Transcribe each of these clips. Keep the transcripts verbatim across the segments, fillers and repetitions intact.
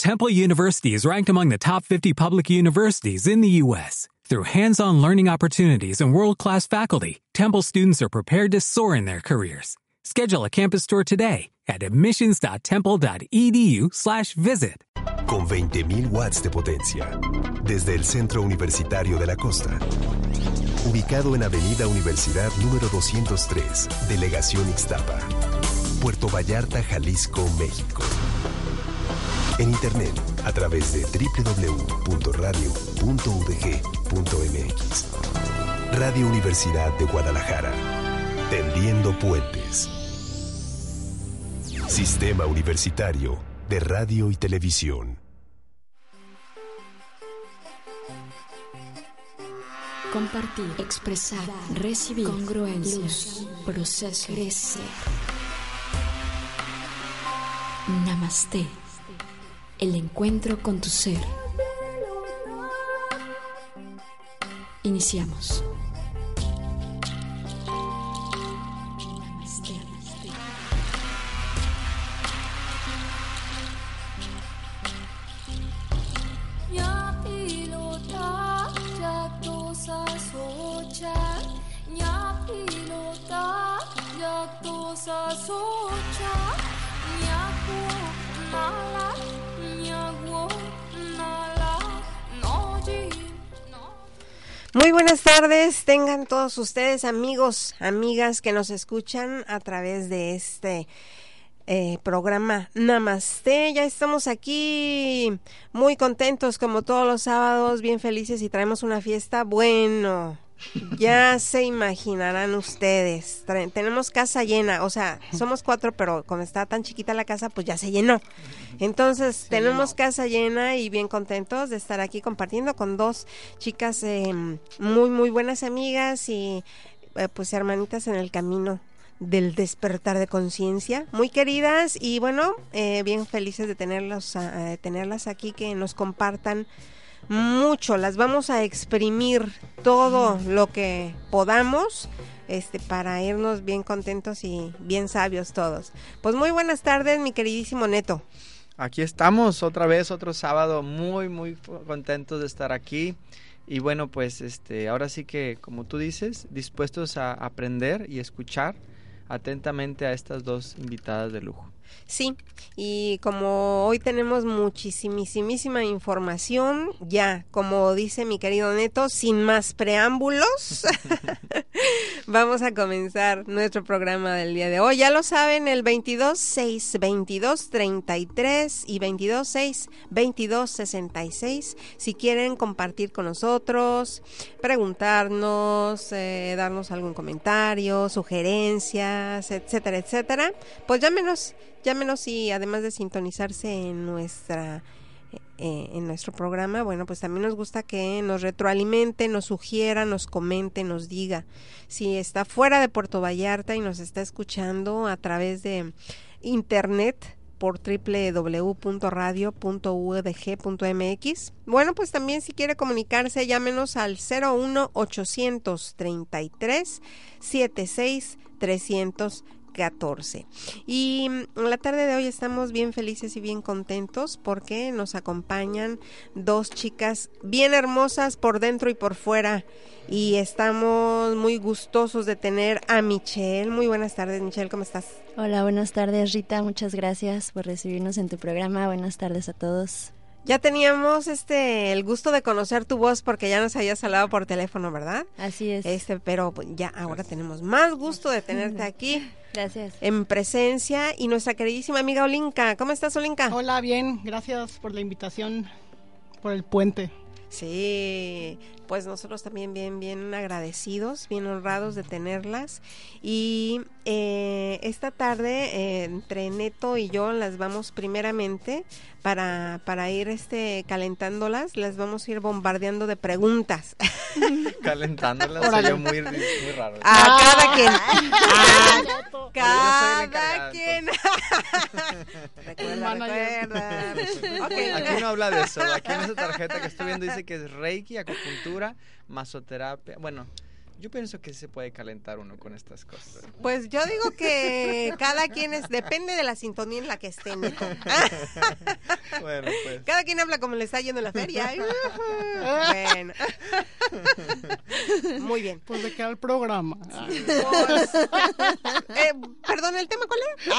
Temple University is ranked among the top fifty public universities in the U S Through hands-on learning opportunities and world-class faculty, Temple students are prepared to soar in their careers. Schedule a campus tour today at admissions.temple.edu slash visit. Con veinte mil watts de potencia, desde el Centro Universitario de la Costa. Ubicado en Avenida Universidad número doscientos tres, Delegación Ixtapa, Puerto Vallarta, Jalisco, México. En internet, a través de doble u doble u doble u punto radio punto u d g punto m x. Radio Universidad de Guadalajara. Tendiendo puentes. Sistema Universitario de Radio y Televisión. Compartir, expresar, recibir, congruencia, luz, proceso, crecer. Namaste. El encuentro con tu ser. Iniciamos. Namaste, namaste. Ya pilota, ya tosa socha, ya pilota, ya tosa socha, ya nala. Muy buenas tardes, tengan todos ustedes, amigos, amigas que nos escuchan a través de este eh, programa Namaste. Ya estamos aquí muy contentos como todos los sábados, bien felices, y traemos una fiesta. Bueno, ya se imaginarán ustedes, Tra- tenemos casa llena, o sea, somos cuatro, pero como está tan chiquita la casa, pues ya se llenó. Entonces, sí, tenemos no. casa llena y bien contentos de estar aquí compartiendo con dos chicas eh, muy, muy buenas amigas y eh, pues hermanitas en el camino del despertar de conciencia, muy queridas y bueno, eh, bien felices de tenerlos, uh, de tenerlas aquí, que nos compartan mucho. Las vamos a exprimir todo lo que podamos, este, para irnos bien contentos y bien sabios todos. Pues muy buenas tardes, mi queridísimo Neto. Aquí estamos otra vez, otro sábado, muy, muy contentos de estar aquí. Y bueno, pues este, ahora sí que, como tú dices, dispuestos a aprender y escuchar atentamente a estas dos invitadas de lujo. Sí, y como hoy tenemos muchísimísima información, ya, como dice mi querido Neto, sin más preámbulos, vamos a comenzar nuestro programa del día de hoy. Ya lo saben, el veintidós seis veintidós treinta y tres y veintidós seis veintidós sesenta y seis, si quieren compartir con nosotros, preguntarnos, eh, darnos algún comentario, sugerencias, etcétera, etcétera, pues llámenos. Llámenos y además de sintonizarse en nuestra eh, en nuestro programa, bueno, pues también nos gusta que nos retroalimente, nos sugiera, nos comente, nos diga si está fuera de Puerto Vallarta y nos está escuchando a través de internet por doble u doble u doble u punto radio punto u d g punto m x. Bueno, pues también si quiere comunicarse, llámenos al cero uno ochocientos treinta y tres setenta y seis trescientos catorce. Y la tarde de hoy estamos bien felices y bien contentos porque nos acompañan dos chicas bien hermosas por dentro y por fuera, y estamos muy gustosos de tener a Michelle. Muy buenas tardes, Michelle, ¿cómo estás? Hola, buenas tardes, Rita, muchas gracias por recibirnos en tu programa. Buenas tardes a todos. Ya teníamos este el gusto de conocer tu voz porque ya nos habías hablado por teléfono, ¿verdad? Así es. Este, pero ya ahora tenemos más gusto de tenerte aquí. Gracias. En presencia, y nuestra queridísima amiga Olinka. ¿Cómo estás, Olinka? Hola, bien, gracias por la invitación, por el puente. Sí, pues nosotros también bien, bien agradecidos, bien honrados de tenerlas. Y eh, esta tarde eh, entre Neto y yo las vamos primeramente para, para ir este calentándolas, las vamos a ir bombardeando de preguntas. Calentándolas sería muy, muy raro. A cada quien. A cada quien. Recuerda, recuerda. Okay. Aquí no habla de eso. Aquí en esa tarjeta que estoy viendo dice que es Reiki, acupuntura, masoterapia. Bueno, Yo pienso que sí se puede calentar uno con estas cosas. Pues yo digo que cada quien es, depende de la sintonía en la que esté, Neto. Bueno, pues. Cada quien habla como le está yendo en la feria. Bueno. Muy bien. Pues de qué era el programa. Pues, eh, perdón, ¿el tema cuál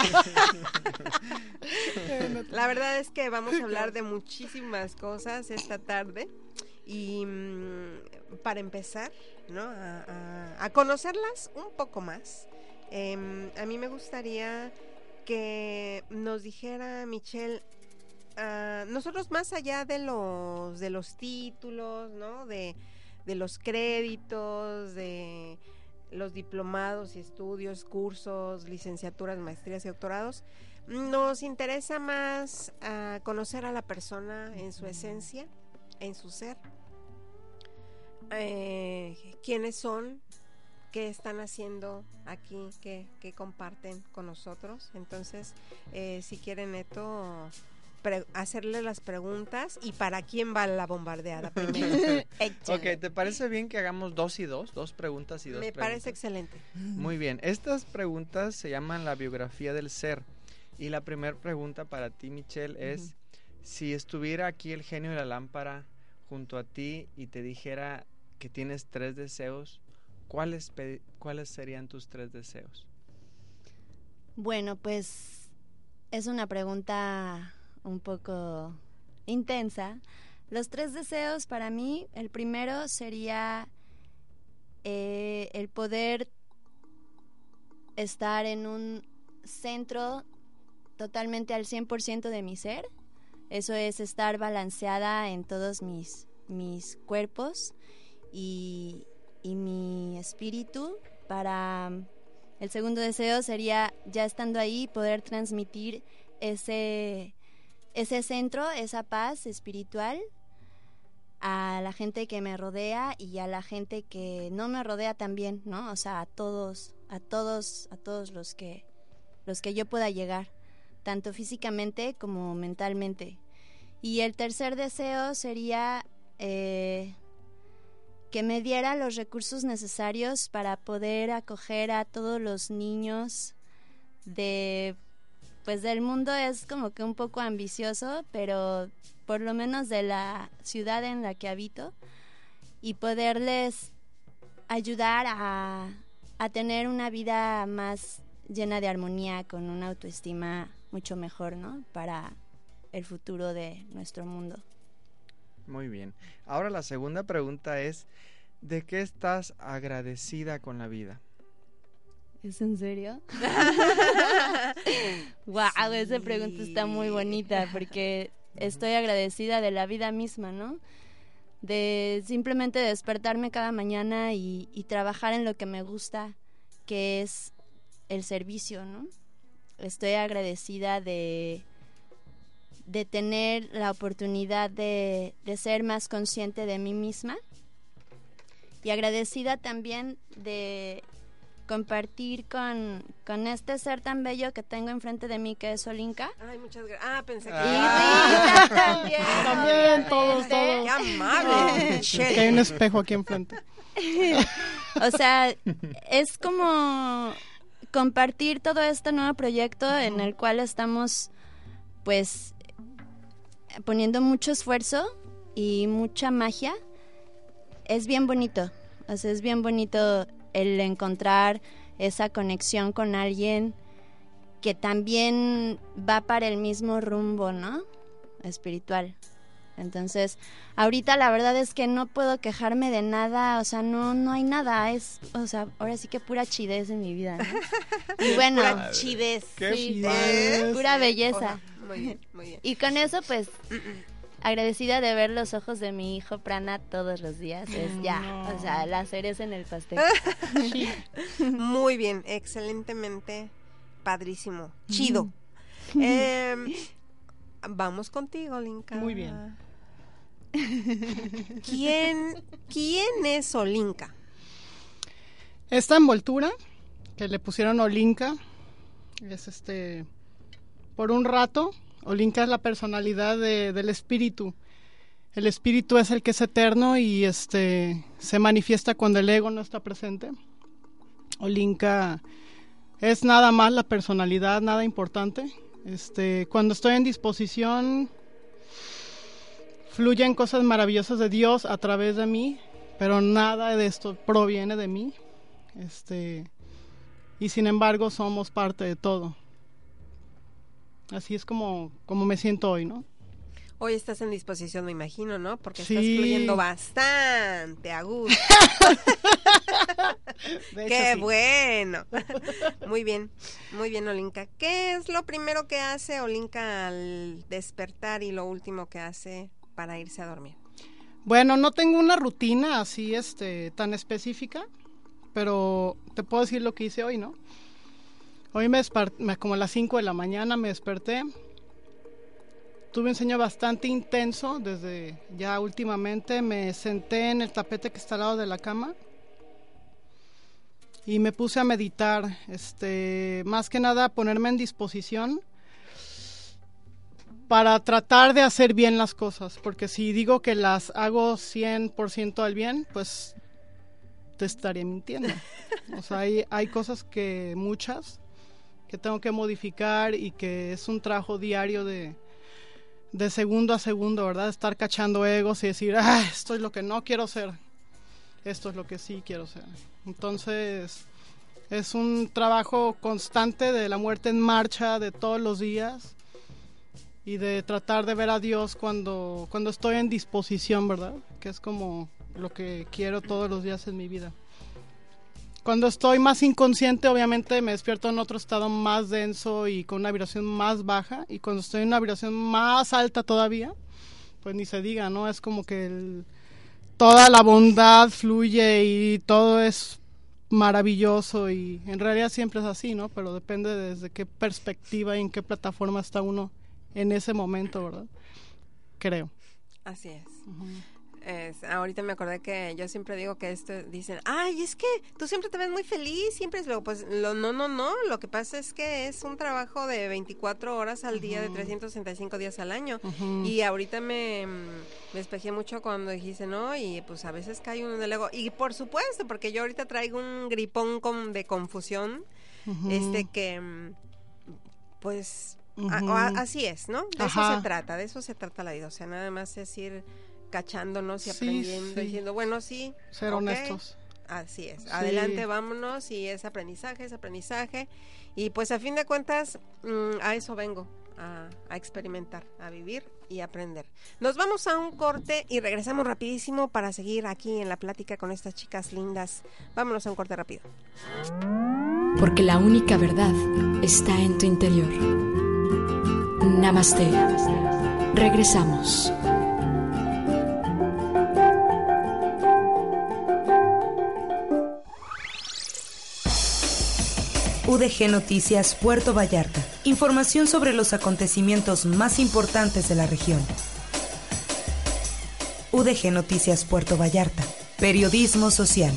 era? La verdad es que vamos a hablar de muchísimas cosas esta tarde. Y mmm, para empezar, ¿no? A, a, a conocerlas un poco más, eh, a mí me gustaría que nos dijera Michelle, uh, nosotros más allá de los de los títulos, ¿no? De, de los créditos, de los diplomados y estudios, cursos, licenciaturas, maestrías y doctorados, nos interesa más uh, conocer a la persona en su esencia, en su ser. Eh, quiénes son, qué están haciendo aquí, qué, qué comparten con nosotros. Entonces, eh, si quieren, Neto, pre- hacerle las preguntas y para quién va la bombardeada primero. Ok, ¿te parece bien que hagamos dos y dos? Dos preguntas y dos Me preguntas. parece excelente. Muy bien, estas preguntas se llaman la biografía del ser. Y la primera pregunta para ti, Michelle, es: uh-huh. si estuviera aquí el genio de la lámpara junto a ti y te dijera que tienes tres deseos, ¿cuáles, pe- ¿cuáles serían tus tres deseos? Bueno, pues es una pregunta un poco intensa. Los tres deseos para mí, el primero sería eh, el poder estar en un centro totalmente al cien por ciento de mi ser. Eso es estar balanceada en todos mis, mis cuerpos y, y mi espíritu. Para el segundo deseo sería, ya estando ahí, poder transmitir ese, ese centro, esa paz espiritual a la gente que me rodea y a la gente que no me rodea también, ¿no? O sea, a todos, a todos, a todos los que, los que yo pueda llegar, tanto físicamente como mentalmente. Y el tercer deseo sería eh, que me diera los recursos necesarios para poder acoger a todos los niños de, pues del mundo. Es como que un poco ambicioso, pero por lo menos de la ciudad en la que habito, y poderles ayudar a, a tener una vida más llena de armonía, con una autoestima mucho mejor, ¿no? Para el futuro de nuestro mundo. Muy bien. Ahora la segunda pregunta es: ¿de qué estás agradecida con la vida? ¿Es en serio? Wow, sí. Esa pregunta está muy bonita, porque estoy agradecida de la vida misma, ¿no? De simplemente despertarme cada mañana y, y trabajar en lo que me gusta, que es el servicio, ¿no? Estoy agradecida de, de tener la oportunidad de, de ser más consciente de mí misma, y agradecida también de compartir con, con este ser tan bello que tengo enfrente de mí, que es Olinka. Ay, muchas gracias. Ah, pensé que... Ah. Y Rita también. También, todos, todos. Qué amable. Que hay un espejo aquí enfrente. O sea, es como compartir todo este nuevo proyecto en el cual estamos, pues, poniendo mucho esfuerzo y mucha magia. Es bien bonito, o sea, es bien bonito el encontrar esa conexión con alguien que también va para el mismo rumbo, ¿no? Espiritual. Entonces, ahorita la verdad es que no puedo quejarme de nada, o sea, no no hay nada, es, o sea, ahora sí que pura chidez en mi vida, ¿no? Y bueno, pura chidez. ¿Qué sí, chidez? pura belleza. Oh, muy bien, muy bien. Y con eso, pues, agradecida de ver los ojos de mi hijo Prana todos los días, es ya, No. o sea, la cereza en el pastel. Sí. Muy bien, excelentemente padrísimo, chido. Eh, vamos contigo, Olinka. Muy bien. ¿Quién, quién es Olinka? Esta envoltura que le pusieron Olinka es este, por un rato, Olinka es la personalidad de, del espíritu. el espíritu es el que es eterno y este se manifiesta cuando el ego no está presente. Olinka es nada más la personalidad, nada importante. Este, cuando estoy en disposición, fluyen cosas maravillosas de Dios a través de mí, pero nada de esto proviene de mí. Este, y sin embargo somos parte de todo. Así es como, como me siento hoy, ¿no? Hoy estás en disposición, me imagino, ¿no? Porque sí. Estás fluyendo bastante a gusto. ¡Qué sí. bueno! Muy bien, muy bien, Olinka. ¿Qué es lo primero que hace Olinka al despertar y lo último que hace para irse a dormir? Bueno, no tengo una rutina así este, tan específica, pero te puedo decir lo que hice hoy, ¿no? Hoy me desperté, como a las cinco de la mañana me desperté. Tuve un sueño bastante intenso desde ya últimamente. Me senté en el tapete que está al lado de la cama y me puse a meditar, este, más que nada ponerme en disposición para tratar de hacer bien las cosas, porque si digo que las hago cien por ciento al bien, pues te estaría mintiendo. O sea, hay, hay cosas que, muchas, que tengo que modificar y que es un trabajo diario de... de segundo a segundo, ¿verdad? Estar cachando egos y decir, ah, esto es lo que no quiero ser, esto es lo que sí quiero ser. Entonces, es un trabajo constante de la muerte en marcha de todos los días y de tratar de ver a Dios cuando, cuando estoy en disposición, ¿verdad? Que es como lo que quiero todos los días en mi vida. Cuando estoy más inconsciente, obviamente me despierto en otro estado más denso y con una vibración más baja. Y cuando estoy en una vibración más alta todavía, pues ni se diga, ¿no? Es como que el, toda la bondad fluye y todo es maravilloso. Y en realidad siempre es así, ¿no? Pero depende desde qué perspectiva y en qué plataforma está uno en ese momento, ¿verdad? Creo. Así es. Uh-huh. Es, ahorita me acordé que yo siempre digo que esto, dicen, ay, es que tú siempre te ves muy feliz, siempre es luego, pues, lo, no, no, no, lo que pasa es que es un trabajo de veinticuatro horas al uh-huh. día, de trescientos sesenta y cinco días al año, uh-huh. y ahorita me, me espejé mucho cuando dijiste, no, y pues a veces cae uno en el ego, y por supuesto, porque yo ahorita traigo un gripón con, de confusión, uh-huh. este que, pues, uh-huh. a, a, así es, ¿no? De Ajá. eso se trata, de eso se trata la vida, o sea, nada más es ir cachándonos y sí, aprendiendo sí. y diciendo, bueno, sí. Ser okay. honestos. Así es. Sí. Adelante, vámonos, y es aprendizaje, es aprendizaje. Y pues a fin de cuentas, mmm, a eso vengo, a, a experimentar, a vivir y aprender. Nos vamos a un corte y regresamos rapidísimo para seguir aquí en la plática con estas chicas lindas. Vámonos a un corte rápido. Porque la única verdad está en tu interior. Namaste. Regresamos. U D G Noticias Puerto Vallarta. Información sobre los acontecimientos más importantes de la región. U D G Noticias Puerto Vallarta. Periodismo social.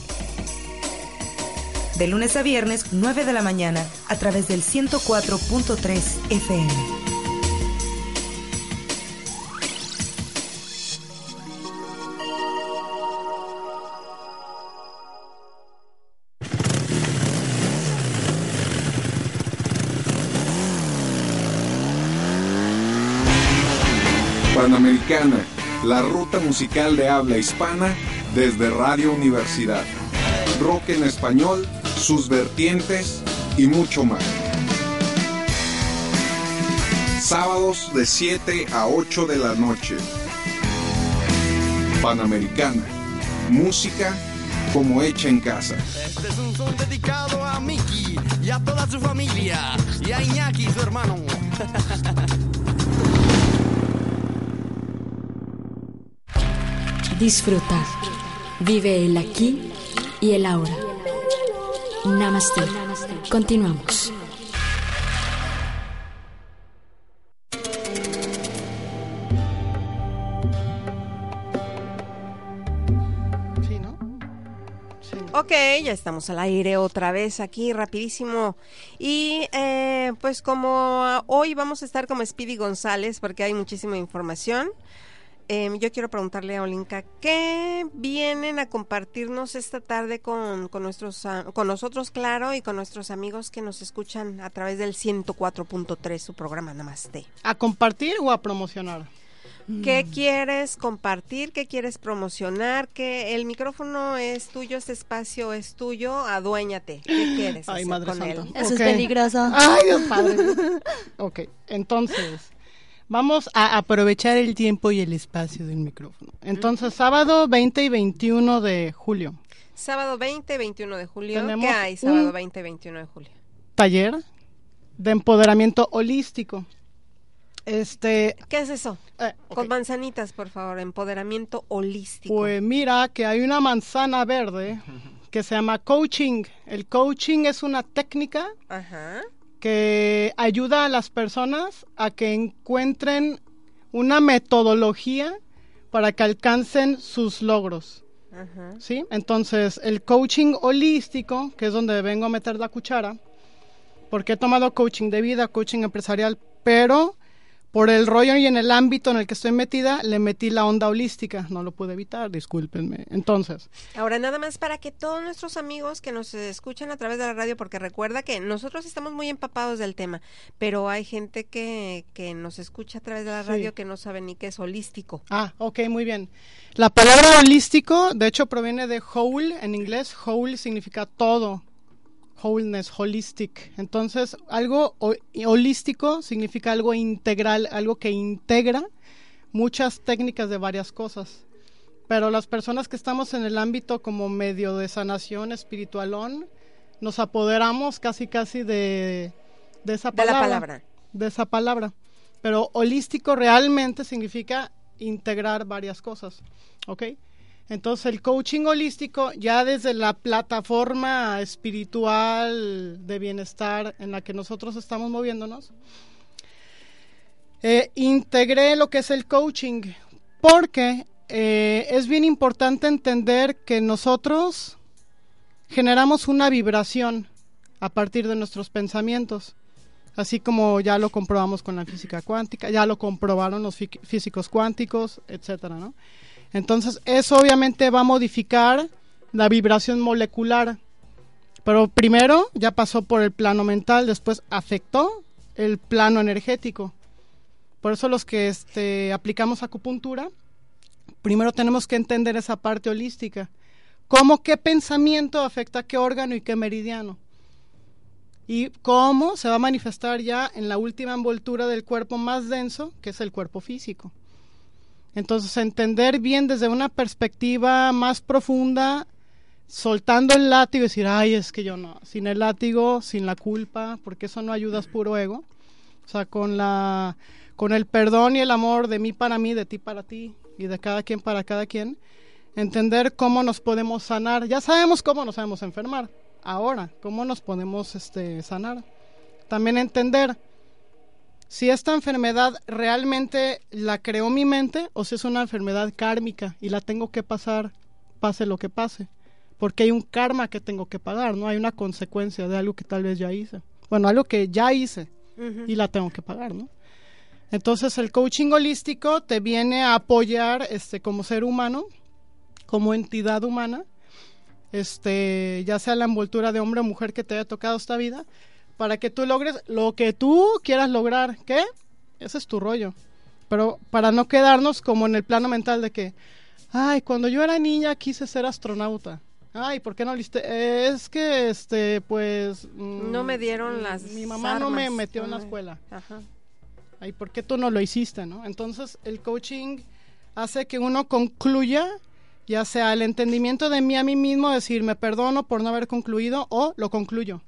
De lunes a viernes, nueve de la mañana, a través del ciento cuatro punto tres F M. Panamericana, la ruta musical de habla hispana desde Radio Universidad. Rock en español, sus vertientes y mucho más. Sábados de siete a ocho de la noche. Panamericana, música como hecha en casa. Este es un son dedicado a Miki y a toda su familia y a Iñaki, su hermano. Disfruta. Vive el aquí y el ahora. Namaste. Continuamos. Sí, ¿no? Sí. Ok, ya estamos al aire otra vez aquí, rapidísimo. Y eh, pues como hoy vamos a estar como Speedy González porque hay muchísima información. eh, yo quiero preguntarle a Olinka, ¿qué vienen a compartirnos esta tarde con, con, nuestros, uh, con nosotros, claro, y con nuestros amigos que nos escuchan a través del ciento cuatro punto tres, su programa Namaste? ¿A compartir o a promocionar? ¿Qué quieres compartir? ¿Qué quieres promocionar? Que el micrófono es tuyo, este espacio es tuyo, aduéñate. ¿Qué quieres Ay, hacer madre con santa. él? Eso Ok. es peligroso. Ay, Dios padre. Ok, entonces, vamos a aprovechar el tiempo y el espacio del micrófono. Entonces, sábado veinte y veintiuno de julio. Sábado veinte, veintiuno de julio. Tenemos ¿Qué hay sábado un- veinte, veintiuno de julio? Taller de empoderamiento holístico. Este, ¿Qué es eso? eh, ok. Con manzanitas, por favor, empoderamiento holístico. Pues mira que hay una manzana verde que se llama coaching. El coaching es una técnica Ajá. que ayuda a las personas a que encuentren una metodología para que alcancen sus logros. Ajá. ¿Sí? Entonces, el coaching holístico, que es donde vengo a meter la cuchara, porque he tomado coaching de vida, coaching empresarial, pero por el rollo y en el ámbito en el que estoy metida, le metí la onda holística. No lo pude evitar, discúlpenme. Entonces, Ahora, nada más para que todos nuestros amigos que nos escuchan a través de la radio, porque recuerda que nosotros estamos muy empapados del tema, pero hay gente que, que nos escucha a través de la Sí. radio que no sabe ni qué es holístico. ah, ok, muy bien. La palabra holístico, de hecho, proviene de whole, en inglés. Whole significa todo. Wholeness, holistic. Entonces, algo ho- holístico significa algo integral, algo que integra muchas técnicas de varias cosas. Pero las personas que estamos en el ámbito como medio de sanación espiritualón, nos apoderamos casi casi de, de esa De palabra. la palabra. De esa palabra. Pero holístico realmente significa integrar varias cosas, ¿ok? Entonces el coaching holístico, ya desde la plataforma espiritual de bienestar en la que nosotros estamos moviéndonos, eh, integré lo que es el coaching, porque eh, es bien importante entender que nosotros generamos una vibración a partir de nuestros pensamientos, así como ya lo comprobamos con la física cuántica, ya lo comprobaron los fí- físicos cuánticos, etcétera, ¿no? Entonces, eso obviamente va a modificar la vibración molecular, pero primero ya pasó por el plano mental, después afectó el plano energético. Por eso los que este, aplicamos acupuntura, primero tenemos que entender esa parte holística. ¿Cómo qué pensamiento afecta qué órgano y qué meridiano? Y cómo se va a manifestar ya en la última envoltura del cuerpo más denso, que es el cuerpo físico. Entonces, entender bien desde una perspectiva más profunda, soltando el látigo y decir, ay, es que yo no, sin el látigo, sin la culpa, porque eso no ayuda, es puro ego. O sea, con la, con el perdón y el amor de mí para mí, de ti para ti, y de cada quien para cada quien, entender cómo nos podemos sanar. Ya sabemos cómo nos sabemos enfermar. Ahora, ¿cómo nos podemos este, sanar? También entender si esta enfermedad realmente la creó mi mente o si es una enfermedad kármica y la tengo que pasar, pase lo que pase. Porque hay un karma que tengo que pagar, ¿no? Hay una consecuencia de algo que tal vez ya hice. Bueno, algo que ya hice Ujú. y la tengo que pagar, ¿no? Entonces, el coaching holístico te viene a apoyar este, como ser humano, como entidad humana, este, ya sea la envoltura de hombre o mujer que te haya tocado esta vida, para que tú logres lo que tú quieras lograr. ¿Qué? Ese es tu rollo. Pero para no quedarnos como en el plano mental de que, ay, cuando yo era niña quise ser astronauta. Ay, ¿por qué no liste? Eh, es que, este, pues... mm, No me dieron las Mi mamá no me armas, metió en no la me- escuela. Ajá. Ay, ¿por qué tú no lo hiciste, no? Entonces, el coaching hace que uno concluya, ya sea el entendimiento de mí a mí mismo, decir, me perdono por no haber concluido, o lo concluyo.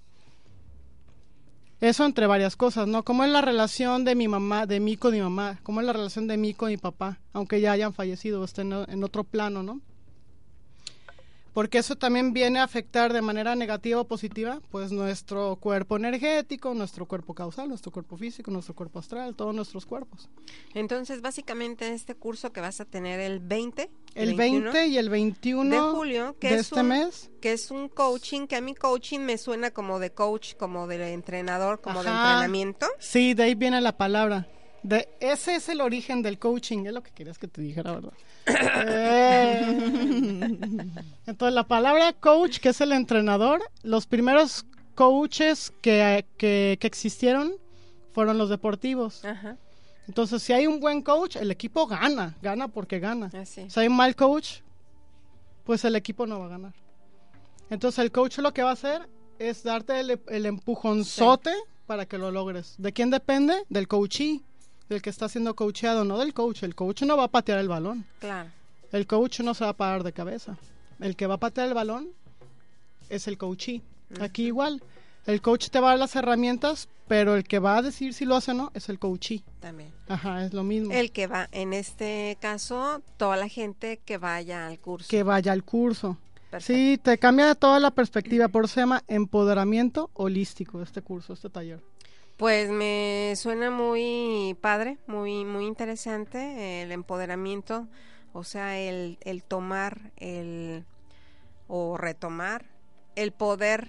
Eso entre varias cosas, ¿no? ¿Cómo es la relación de mi mamá, de mí con mi mamá? ¿Cómo es la relación de mí con mi papá? Aunque ya hayan fallecido o estén en, en otro plano, ¿no? Porque eso también viene a afectar de manera negativa o positiva, pues nuestro cuerpo energético, nuestro cuerpo causal, nuestro cuerpo físico, nuestro cuerpo astral, todos nuestros cuerpos. Entonces, básicamente, este curso que vas a tener el veinte, El veintiuno veinte y el veintiuno de julio, que de es este un, mes. que es un coaching, que a mí coaching me suena como de coach, como de entrenador, como de Ajá. entrenamiento. Sí, de ahí viene la palabra. De, ese es el origen del coaching, es lo que querías que te dijera, ¿verdad? eh, entonces, la palabra coach, que es el entrenador, los primeros coaches que, que, que existieron fueron los deportivos. Ajá. Entonces, si hay un buen coach, el equipo gana, gana porque gana. Así. Si hay un mal coach, pues el equipo no va a ganar. Entonces, el coach lo que va a hacer es darte el, el empujonzote, sí, para que lo logres. ¿De quién depende? Del coachee, del que está siendo coacheado, no del coach. El coach no va a patear el balón. Claro. El coach no se va a parar de cabeza. El que va a patear el balón es el coachee. Uh-huh. Aquí igual. El coach te va a dar las herramientas, pero el que va a decir si lo hace o no es el coachee. También. Ajá, es lo mismo. El que va, en este caso, toda la gente que vaya al curso. Que vaya al curso. Perfecto. Sí, te cambia toda la perspectiva. Por eso se llama empoderamiento holístico este curso, este taller. Pues me suena muy padre, muy muy interesante el empoderamiento, o sea, el, el tomar, el o retomar, el poder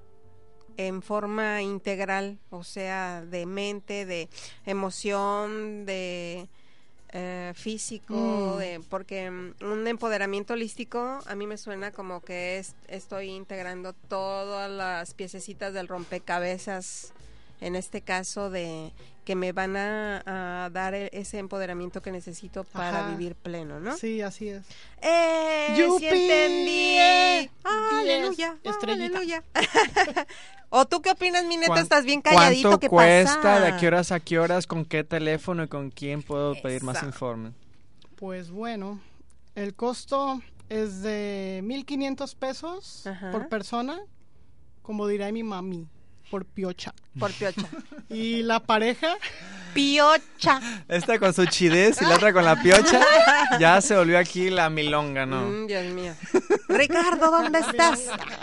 en forma integral, o sea, de mente, de emoción, de eh, físico, mm. de, porque un empoderamiento holístico a mí me suena como que es, estoy integrando todas las piececitas del rompecabezas, en este caso de que me van a, a dar el, ese empoderamiento que necesito para Ajá. vivir pleno, ¿no? Sí, así es. ¡Eh! ¡Yupi! ¡Sí entendí! ¡Ah, aleluya! Estrellita. ¡Aleluya! ¿O tú qué opinas, mi neto? ¿Cuán- Estás bien calladito, ¿Cuánto ¿qué cuesta? pasa? ¿De a qué horas a qué horas? ¿Con qué teléfono y con quién puedo pedir Eso. más informes? Pues bueno, el costo es de mil quinientos pesos Ajá. por persona, como dirá mi mami, por piocha. Por piocha. Y la pareja, Piocha. Esta con su chidez y la otra con la piocha, ya se volvió aquí la milonga, ¿no? Mm, Dios mío. Ricardo, ¿dónde estás?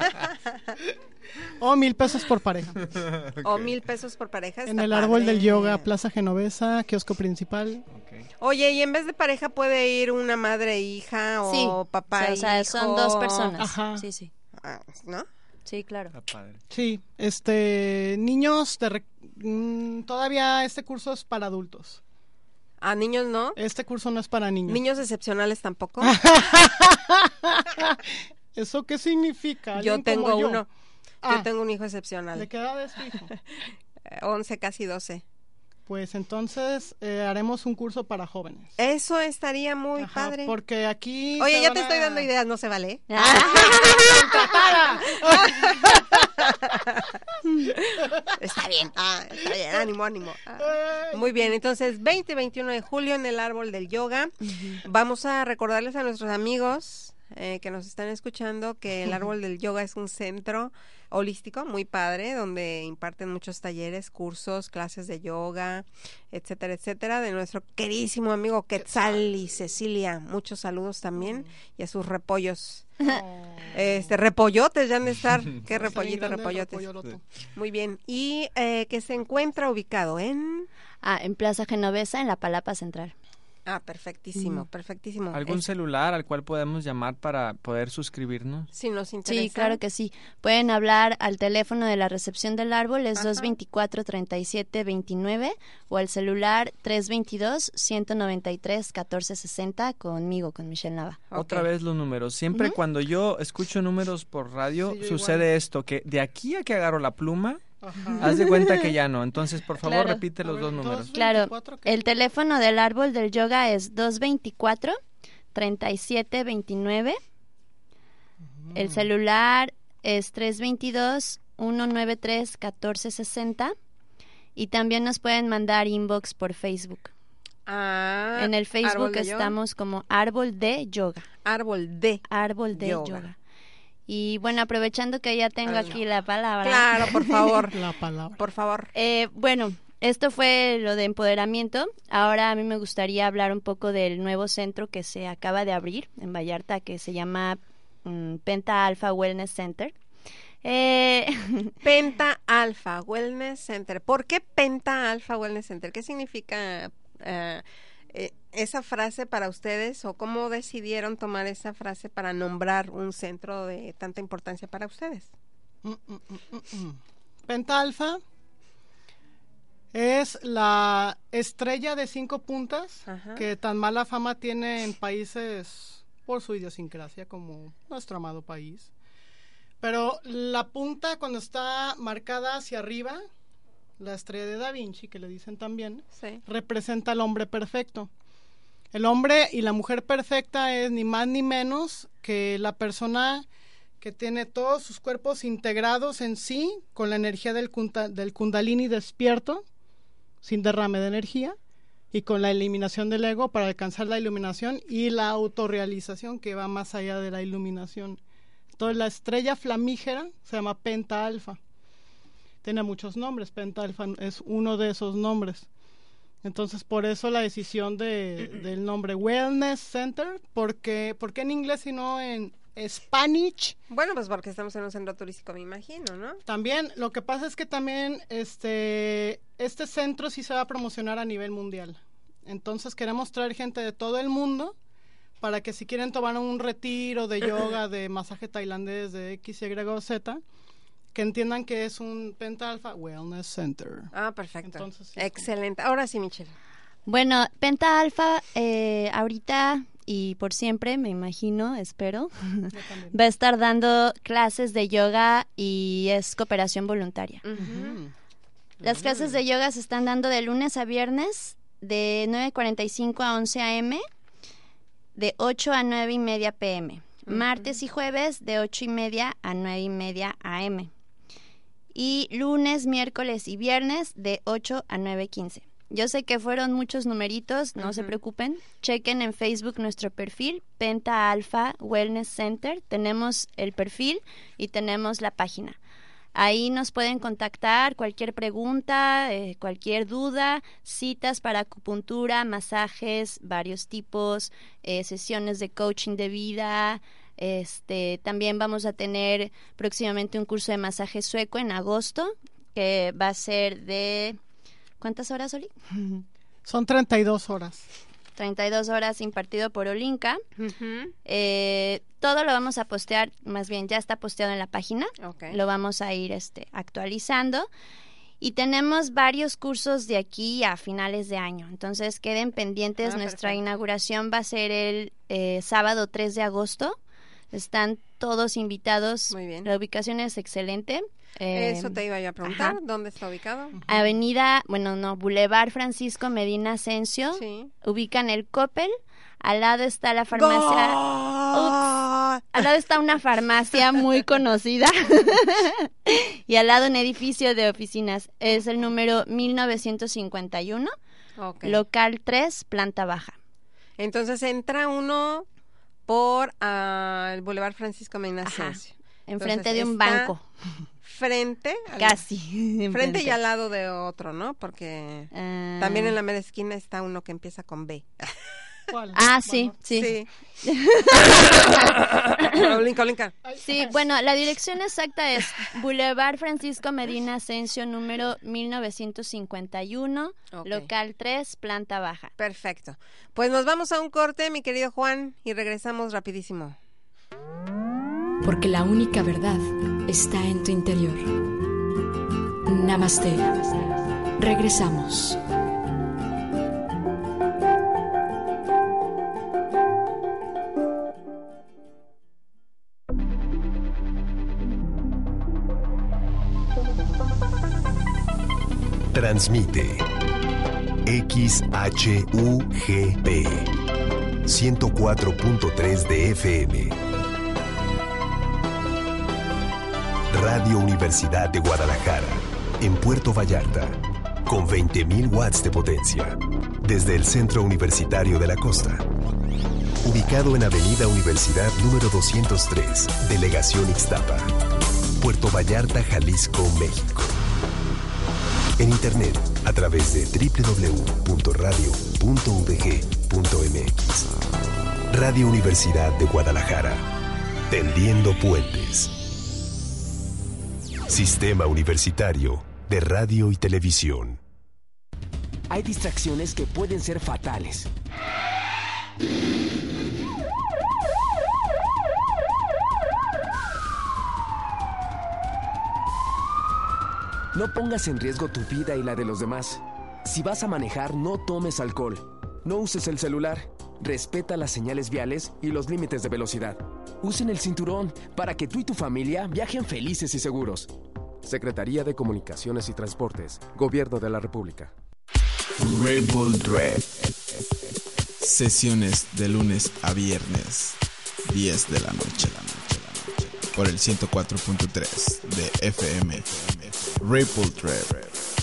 o mil pesos por pareja. O mil pesos por pareja. En está el árbol padre. del yoga, Plaza Genovesa, kiosco principal. Okay. Oye, y en vez de pareja puede ir una madre e hija o Sí, papá o sea, hijo. son dos personas. Ajá. Sí, sí. Ah, ¿no? Sí, claro. Está padre. Sí, este, niños, te rec- mm, todavía este curso es para adultos. A niños no. Este curso no es para niños. Niños excepcionales tampoco. ¿Eso qué significa? Yo ¿Alguien tengo como yo? uno. Ah, Yo tengo un hijo excepcional. ¿de qué edad es tu hijo? once, casi doce. Pues entonces eh, haremos un curso para jóvenes. Eso estaría muy Ajá, padre. porque aquí... Oye, se ya van te a- estoy dando ideas, no se vale. Está bien, ah, está bien, ánimo, ánimo. Ah, muy bien, entonces veinte y veintiuno de julio en el Árbol del Yoga. Vamos a recordarles a nuestros amigos eh, que nos están escuchando que el Árbol del Yoga es un centro holístico muy padre, donde imparten muchos talleres, cursos, clases de yoga, etcétera, etcétera, de nuestro queridísimo amigo Quetzal y Cecilia. Muchos saludos también y a sus repollos. Este, repollotes ya han de estar. Qué repollitos, repollotes. Muy bien. Y eh, que se encuentra ubicado en... Ah, en Plaza Genovesa, en la Palapa Central. Ah, perfectísimo, Mm. perfectísimo. ¿Algún Es- celular al cual podemos llamar para poder suscribirnos? Si nos interesa. Sí, claro que sí. Pueden hablar al teléfono de la recepción del árbol, es Ajá. dos veinticuatro, treinta y siete veintinueve, o al celular tres veintidós, ciento noventa y tres, catorce sesenta, conmigo, con Michelle Nava. Otra Ok. vez los números. Siempre Ujú. cuando yo escucho números por radio, Sí, yo sucede igual. esto, que de aquí a que agarro la pluma, Ajá. haz de cuenta que ya no. Entonces, por favor, Claro. repite A los ver, dos dos. números. Claro, veinticuatro, ¿qué? el teléfono del árbol del yoga es dos veinticuatro, treinta y siete veintinueve. El celular es tres veintidós, ciento noventa y tres, catorce sesenta. Y también nos pueden mandar inbox por Facebook. Ah, En el árbol Facebook de yoga. estamos como Árbol de Yoga. Árbol de. Árbol de Yoga. yoga. Y bueno, aprovechando que ya tengo Ah, aquí la palabra. Claro, por favor. La palabra. Por favor. Eh, bueno, esto fue lo de empoderamiento. Ahora a mí me gustaría hablar un poco del nuevo centro que se acaba de abrir en Vallarta, que se llama mm, Penta Alpha Wellness Center. Eh, Penta Alpha Wellness Center. ¿Por qué Penta Alpha Wellness Center? ¿Qué significa eh, eh, esa frase para ustedes o cómo decidieron tomar esa frase para nombrar un centro de tanta importancia para ustedes? Mm, mm, mm, mm, mm. Penta Alfa Es la estrella de cinco puntas, Ajá. que tan mala fama tiene en países por su idiosincrasia como nuestro amado país. Pero la punta, cuando está marcada hacia arriba, la estrella de Da Vinci, que le dicen también, sí. representa al hombre perfecto. El hombre y la mujer perfecta es ni más ni menos que la persona que tiene todos sus cuerpos integrados en sí, con la energía del, kunda, del kundalini despierto, sin derrame de energía, y con la eliminación del ego para alcanzar la iluminación y la autorrealización, que va más allá de la iluminación. Entonces la estrella flamígera se llama Penta Alfa. Tiene muchos nombres, Penta Alfa es uno de esos nombres. Entonces por eso la decisión de, del nombre Wellness Center, porque, ¿por qué en inglés y no en Spanish? Bueno, pues porque estamos en un centro turístico, me imagino, ¿no? También, lo que pasa es que también este, este centro sí se va a promocionar a nivel mundial. Entonces queremos traer gente de todo el mundo para que si quieren tomar un retiro de yoga, de masaje tailandés, de X, Y o Z, que entiendan que es un Penta Alfa Wellness Center. Ah, perfecto. Entonces, sí, excelente. Ahora sí, Michelle. Bueno, Penta Alfa, eh, ahorita y por siempre, me imagino, espero, va a estar dando clases de yoga y es cooperación voluntaria. Uh-huh. Las clases de yoga se están dando de lunes a viernes, de nueve cuarenta y cinco a once a eme, de ocho a nueve y media pe eme. Uh-huh. Martes y jueves, de ocho y media a nueve y media a eme. Y lunes, miércoles y viernes, de ocho a nueve quince. Yo sé que fueron muchos numeritos, no uh-huh. se preocupen. Chequen en Facebook nuestro perfil, Penta Alfa Wellness Center. Tenemos el perfil y tenemos la página. Ahí nos pueden contactar, cualquier pregunta, eh, cualquier duda, citas para acupuntura, masajes, varios tipos, eh, sesiones de coaching de vida. Este, también vamos a tener próximamente un curso de masaje sueco en agosto, que va a ser de... ¿Cuántas horas, Oli? Son treinta y dos horas. treinta y dos horas impartido por Olinka. Uh-huh. Eh, todo lo vamos a postear, más bien ya está posteado en la página. Okay. Lo vamos a ir este, actualizando. Y tenemos varios cursos de aquí a finales de año. Entonces queden pendientes. Ah, Nuestra perfecto. inauguración va a ser el eh, sábado tres de agosto. Están todos invitados. Muy bien. La ubicación es excelente. Eh, Eso te iba yo a preguntar. ajá. ¿Dónde está ubicado? Avenida, bueno, no, Boulevard Francisco Medina Asensio. Sí. Ubican el Coppel. Al lado está la farmacia. Ups, al lado está una farmacia muy conocida. Y al lado un edificio de oficinas. Es el número mil novecientos cincuenta y uno. Okay. Local tres, planta baja. Entonces entra uno por uh, el Boulevard Francisco Medina Ajá. Asensio. Enfrente Entonces, de un está banco. Frente. Al, Casi. Frente enfrente. y al lado de otro, ¿no? Porque Ah. también en la mera esquina está uno que empieza con B. ¿Cuál? Ah, sí, sí. Sí. Olinka, Olinka. Sí, bueno, la dirección exacta es Boulevard Francisco Medina Asensio, número mil novecientos cincuenta y uno, Okay. local tres, planta baja. Perfecto. Pues nos vamos a un corte, mi querido Juan, y regresamos rapidísimo. Porque la única verdad está en tu interior. Namaste. Regresamos. Transmite X H U G P ciento cuatro punto tres de F M. Radio Universidad de Guadalajara, en Puerto Vallarta, con veinte mil watts de potencia, desde el Centro Universitario de la Costa. Ubicado en Avenida Universidad número doscientos tres, Delegación Ixtapa, Puerto Vallarta, Jalisco, México. En internet, a través de doble u doble u doble u punto radio punto u v g punto m x. Radio Universidad de Guadalajara, tendiendo puentes. Sistema Universitario de Radio y Televisión. Hay distracciones que pueden ser fatales. No pongas en riesgo tu vida y la de los demás. Si vas a manejar, no tomes alcohol. No uses el celular. Respeta las señales viales y los límites de velocidad. Usen el cinturón para que tú y tu familia viajen felices y seguros. Secretaría de Comunicaciones y Transportes, Gobierno de la República. Red Bull Dread. Sesiones de lunes a viernes, diez de la noche, la noche, la noche, por el ciento cuatro punto tres de F M. Red Bull Dread.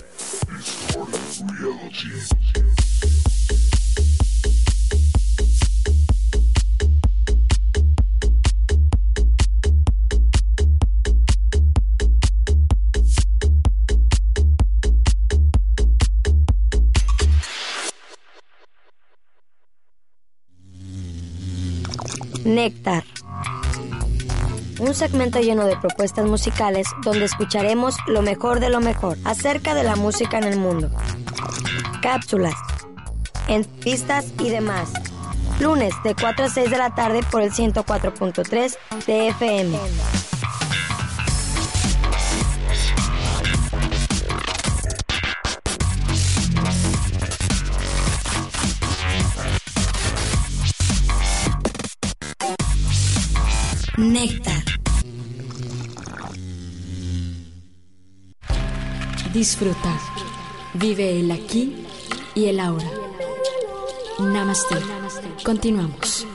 Néctar. Un segmento lleno de propuestas musicales donde escucharemos lo mejor de lo mejor acerca de la música en el mundo. Cápsulas, entrevistas y demás. Lunes de cuatro a seis de la tarde por el ciento cuatro punto tres de F M. Néctar. Disfruta. Vive el aquí y el ahora. Namaste. Continuamos.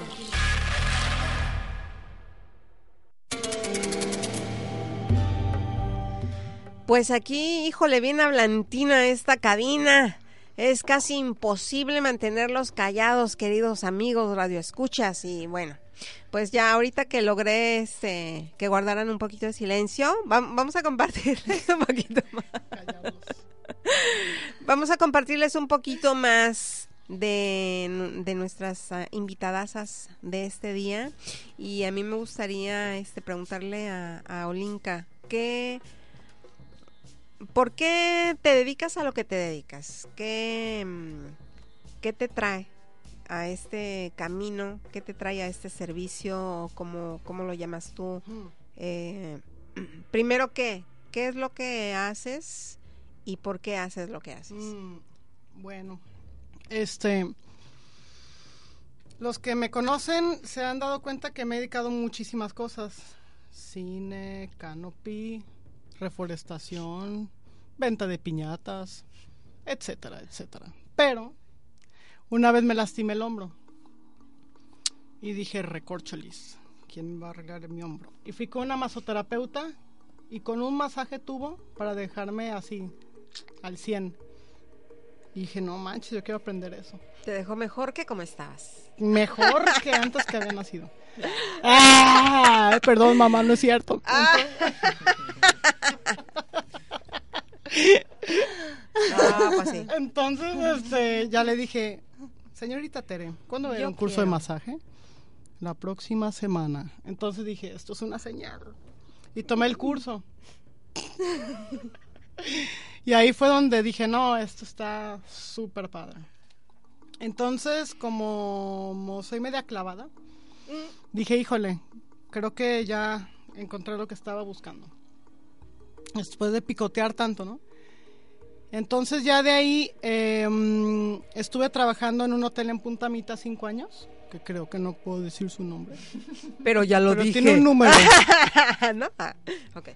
Pues aquí, híjole, bien hablantina esta cabina. Es casi imposible mantenerlos callados, queridos amigos radioescuchas. Y bueno, pues ya ahorita que logré este, que guardaran un poquito de silencio, va, vamos a compartirles un poquito más. Vamos a compartirles un poquito más de, de nuestras uh, invitadasas de este día. Y a mí me gustaría este, preguntarle a, a Olinka, ¿qué... ¿por qué te dedicas a lo que te dedicas? ¿Qué, qué te trae a este camino? ¿Qué te trae a este servicio? ¿Cómo, cómo lo llamas tú? Eh, primero, ¿qué? ¿Qué es lo que haces y por qué haces lo que haces? Mm, bueno, este... los que me conocen se han dado cuenta que me he dedicado a muchísimas cosas. Cine, canopy, reforestación, venta de piñatas, etcétera, etcétera. Pero una vez me lastimé el hombro y dije, recorcholis, ¿quién me va a arreglar mi hombro? Y fui con una masoterapeuta y con un masaje tubo para dejarme así, al cien. Y dije, no manches, yo quiero aprender eso. Te dejó mejor que como estabas. Mejor que antes que había nacido. ¡Ah! Perdón, mamá, no es cierto. Ah. Ah, pues sí. Entonces, este, ya le dije, señorita Tere, ¿cuándo va a haber un curso quiero. de masaje? La próxima semana. Entonces dije, esto es una señal. Y tomé el curso. Y ahí fue donde dije, no, esto está súper padre. Entonces, como, como soy media clavada, dije, híjole, creo que ya encontré lo que estaba buscando. Después de picotear tanto, ¿no? Entonces ya de ahí eh, estuve trabajando en un hotel en Punta Mita cinco años, que creo que no puedo decir su nombre. Pero ya lo Pero dije. tiene un número. ¿No? Ah, ok.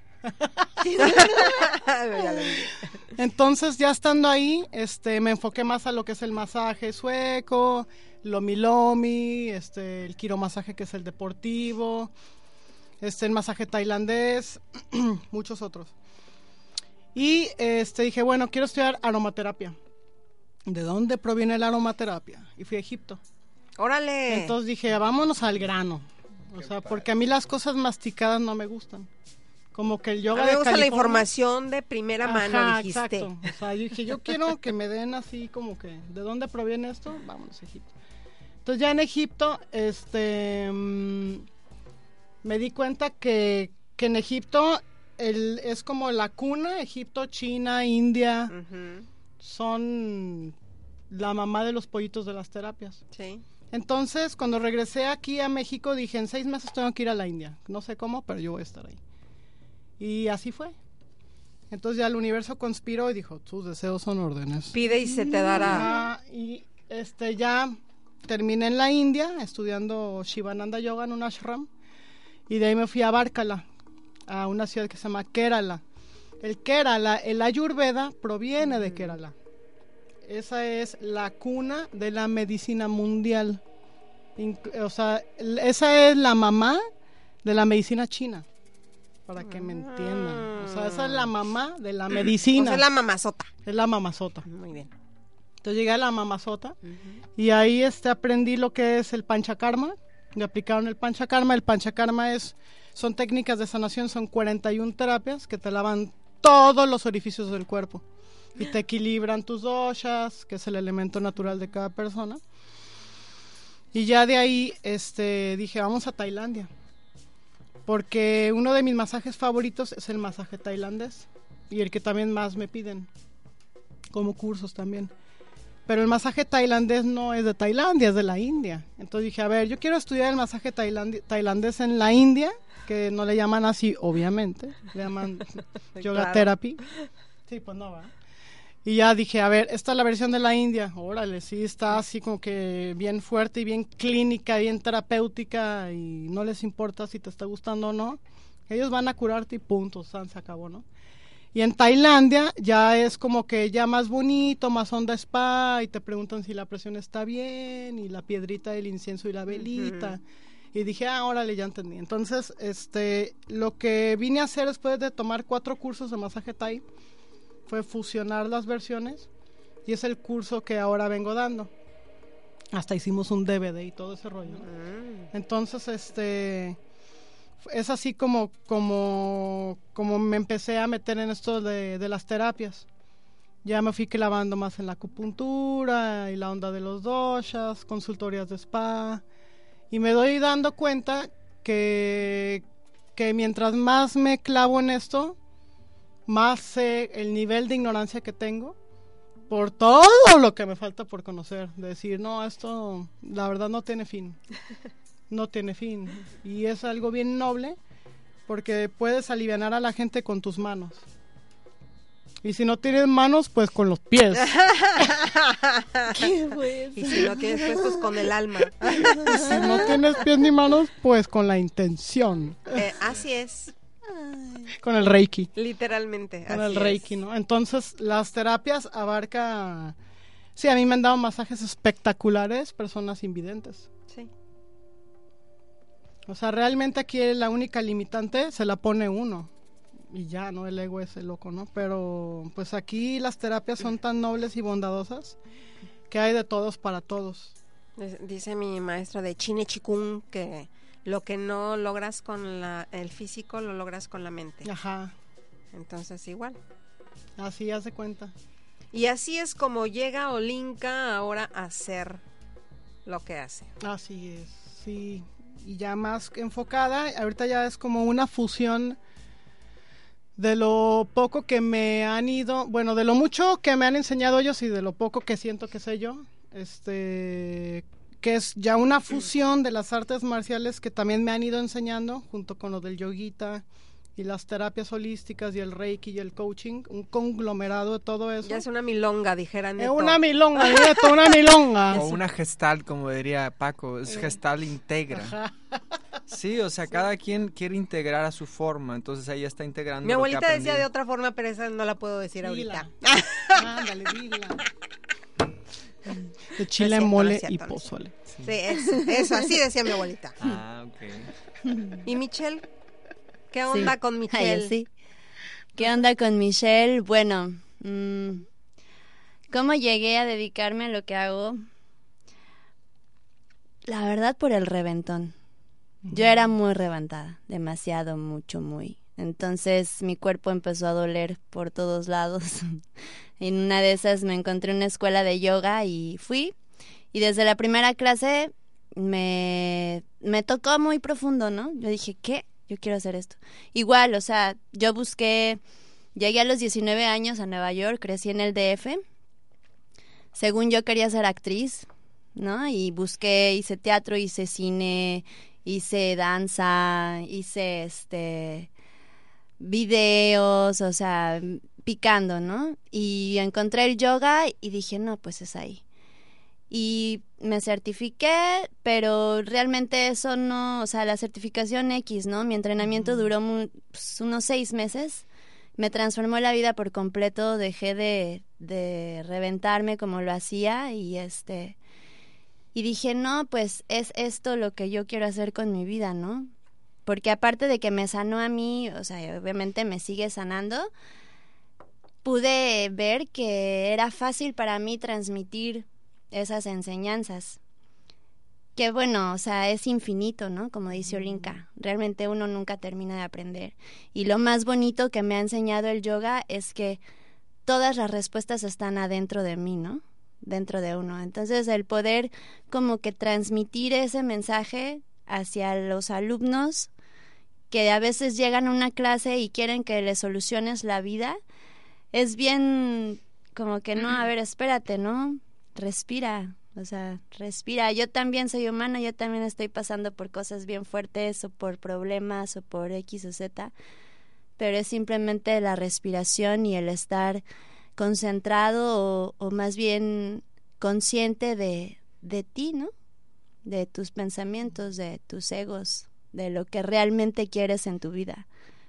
Entonces ya estando ahí, este, me enfoqué más a lo que es el masaje sueco, lomi lomi, este, el quiromasaje que es el deportivo, este, el masaje tailandés, muchos otros. Y este, dije, bueno, quiero estudiar aromaterapia. ¿De dónde proviene la aromaterapia? Y fui a Egipto. ¡Órale! Entonces dije, vámonos al grano. O Qué sea, padre. Porque a mí las cosas masticadas no me gustan. Como que el yoga a mí me de gusta California. La información de primera Ajá, mano, dijiste. Exacto. O sea, yo dije, yo quiero que me den así como que, ¿de dónde proviene esto? Vámonos a Egipto. Entonces ya en Egipto, este, mmm, me di cuenta que, que en Egipto el, es como la cuna, Egipto, China, India, uh-huh. son la mamá de los pollitos de las terapias. Sí. Entonces, cuando regresé aquí a México, dije, en seis meses tengo que ir a la India. No sé cómo, pero yo voy a estar ahí. Y así fue. Entonces ya el universo conspiró y dijo, tus deseos son órdenes. Pide y se te dará. Ah, y este ya terminé en la India estudiando Shivananda Yoga en un ashram y de ahí me fui a Bárcala, a una ciudad que se llama Kerala. El Kerala, el Ayurveda proviene de Kerala. Esa es la cuna de la medicina mundial. Inc- o sea, esa es la mamá de la medicina china, para que me entiendan. O sea, esa es la mamá de la medicina. O sea, es la mamazota. Es la mamazota. Muy bien. Entonces llegué a la mamazota uh-huh. y ahí este, aprendí lo que es el panchakarma. Me aplicaron el panchakarma. El panchakarma es, son técnicas de sanación, son cuarenta y una terapias que te lavan todos los orificios del cuerpo y te equilibran tus doshas, que es el elemento natural de cada persona. Y ya de ahí este, dije, vamos a Tailandia, porque uno de mis masajes favoritos es el masaje tailandés y el que también más me piden, como cursos también. Pero el masaje tailandés no es de Tailandia, es de la India. Entonces dije, a ver, yo quiero estudiar el masaje tailandi- tailandés en la India, que no le llaman así, obviamente, le llaman yoga Claro. therapy. Sí, pues no va. Y ya dije, a ver, esta es la versión de la India, órale, sí, está así como que bien fuerte y bien clínica, bien terapéutica, y no les importa si te está gustando o no, ellos van a curarte y punto, o sea, se acabó, ¿no? Y en Tailandia ya es como que ya más bonito, más onda spa, y te preguntan si la presión está bien, y la piedrita del incienso y la velita, uh-huh. y dije, ah, órale, ya entendí. Entonces, este, lo que vine a hacer después de tomar cuatro cursos de masaje Thai, fue fusionar las versiones y es el curso que ahora vengo dando. Hasta hicimos un D V D y todo ese rollo. Mm. Entonces, este es así como como como me empecé a meter en esto de, de las terapias. Ya me fui clavando más en la acupuntura y la onda de los doshas, consultorías de spa, y me doy dando cuenta que que mientras más me clavo en esto, más sé el nivel de ignorancia que tengo por todo lo que me falta por conocer, de decir, no, esto la verdad no tiene fin, no tiene fin, y es algo bien noble, porque puedes alivianar a la gente con tus manos, y si no tienes manos, pues con los pies. ¿Qué fue eso? Y si no tienes pies, pues con el alma. Y si no tienes pies ni manos, pues con la intención. Eh, así es. Con el Reiki. Literalmente. Con así el Reiki, es. ¿no? Entonces, las terapias abarca... Sí, a mí me han dado masajes espectaculares personas invidentes. Sí. O sea, realmente aquí la única limitante se la pone uno. Y ya, ¿no? El ego es el loco, ¿no? Pero, pues aquí las terapias son tan nobles y bondadosas que hay de todos para todos. Dice mi maestra de Chine Chikung que lo que no logras con la, el físico, lo logras con la mente. Ajá. Entonces, igual. Así hace cuenta. Y así es como llega Olinka ahora a hacer lo que hace. Así es, sí. Y ya más enfocada, ahorita ya es como una fusión de lo poco que me han ido, bueno, de lo mucho que me han enseñado ellos y de lo poco que siento que sé yo, este, que es ya una fusión de las artes marciales que también me han ido enseñando, junto con lo del yoguita y las terapias holísticas y el reiki y el coaching, un conglomerado de todo eso. Ya es una milonga, dijera Neto. Es una milonga, Neto, una milonga. O una gestal, como diría Paco, es gestal integra. Ajá. Sí, o sea, cada quien quiere integrar a su forma, entonces ahí está integrando. Mi abuelita lo que decía de otra forma, pero esa no la puedo decir dila. Ahorita. Ándale, dila. De chile, no cierto, mole no cierto, y no pozole. Sí, eso, eso, así decía mi abuelita. Ah, ok. ¿Y Michelle? ¿Qué onda sí. con Michelle? Ay, sí. ¿Qué onda con Michelle? Bueno, mmm, ¿cómo llegué a dedicarme a lo que hago? La verdad, por el reventón. Yo era muy reventada, demasiado, mucho, muy. Entonces mi cuerpo empezó a doler por todos lados. En una de esas me encontré en una escuela de yoga y fui. Y desde la primera clase me, me tocó muy profundo, ¿no? Yo dije, ¿qué? Yo quiero hacer esto. Igual, o sea, yo busqué, llegué a los diecinueve años a Nueva York, crecí en el D F. Según yo quería ser actriz, ¿no? Y busqué, hice teatro, hice cine, hice danza, hice este videos, o sea, picando, ¿no? Y encontré el yoga y dije, no, pues es ahí. Y me certifiqué, pero realmente eso no, o sea, la certificación X, ¿no? Mi entrenamiento duró mu- pues, unos seis meses. Me transformó la vida por completo, dejé de, de reventarme como lo hacía y este y dije, no, pues es esto lo que yo quiero hacer con mi vida, ¿no? Porque aparte de que me sanó a mí, o sea, obviamente me sigue sanando, pude ver que era fácil para mí transmitir esas enseñanzas. Que bueno, o sea, es infinito, ¿no? Como dice Olinka, realmente uno nunca termina de aprender. Y lo más bonito que me ha enseñado el yoga es que todas las respuestas están adentro de mí, ¿no? Dentro de uno. Entonces, el poder como que transmitir ese mensaje hacia los alumnos que a veces llegan a una clase y quieren que les soluciones la vida, es bien como que no, a ver, espérate, ¿no? Respira. O sea, respira. Yo también soy humana, yo también estoy pasando por cosas bien fuertes o por problemas o por X o Z, pero es simplemente la respiración y el estar concentrado o, o más bien consciente de, de ti, ¿no? De tus pensamientos, de tus egos, de lo que realmente quieres en tu vida.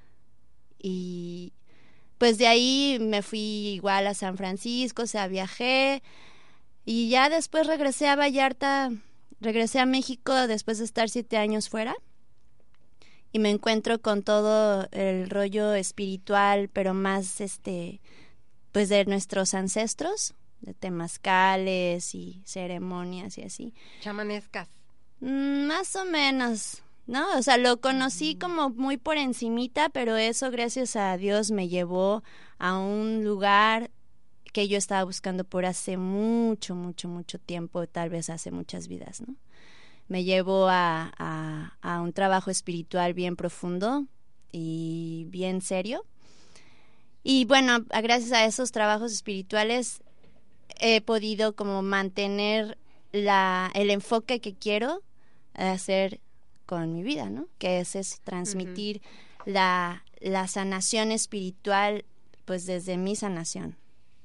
Y pues de ahí me fui igual a San Francisco, o sea, viajé. Y ya después regresé a Vallarta, regresé a México después de estar siete años fuera y me encuentro con todo el rollo espiritual, pero más este, pues de nuestros ancestros, de temazcales y ceremonias y así. Chamanescas. Mm, más o menos, ¿no? O sea, lo conocí como muy por encimita, pero eso gracias a Dios me llevó a un lugar que yo estaba buscando por hace mucho, mucho, mucho tiempo, tal vez hace muchas vidas, ¿no? Me llevó a, a, a un trabajo espiritual bien profundo y bien serio. Y bueno, a, gracias a esos trabajos espirituales he podido como mantener la, el enfoque que quiero hacer con mi vida, ¿no? Que es, es transmitir uh-huh. la, la sanación espiritual, pues desde mi sanación.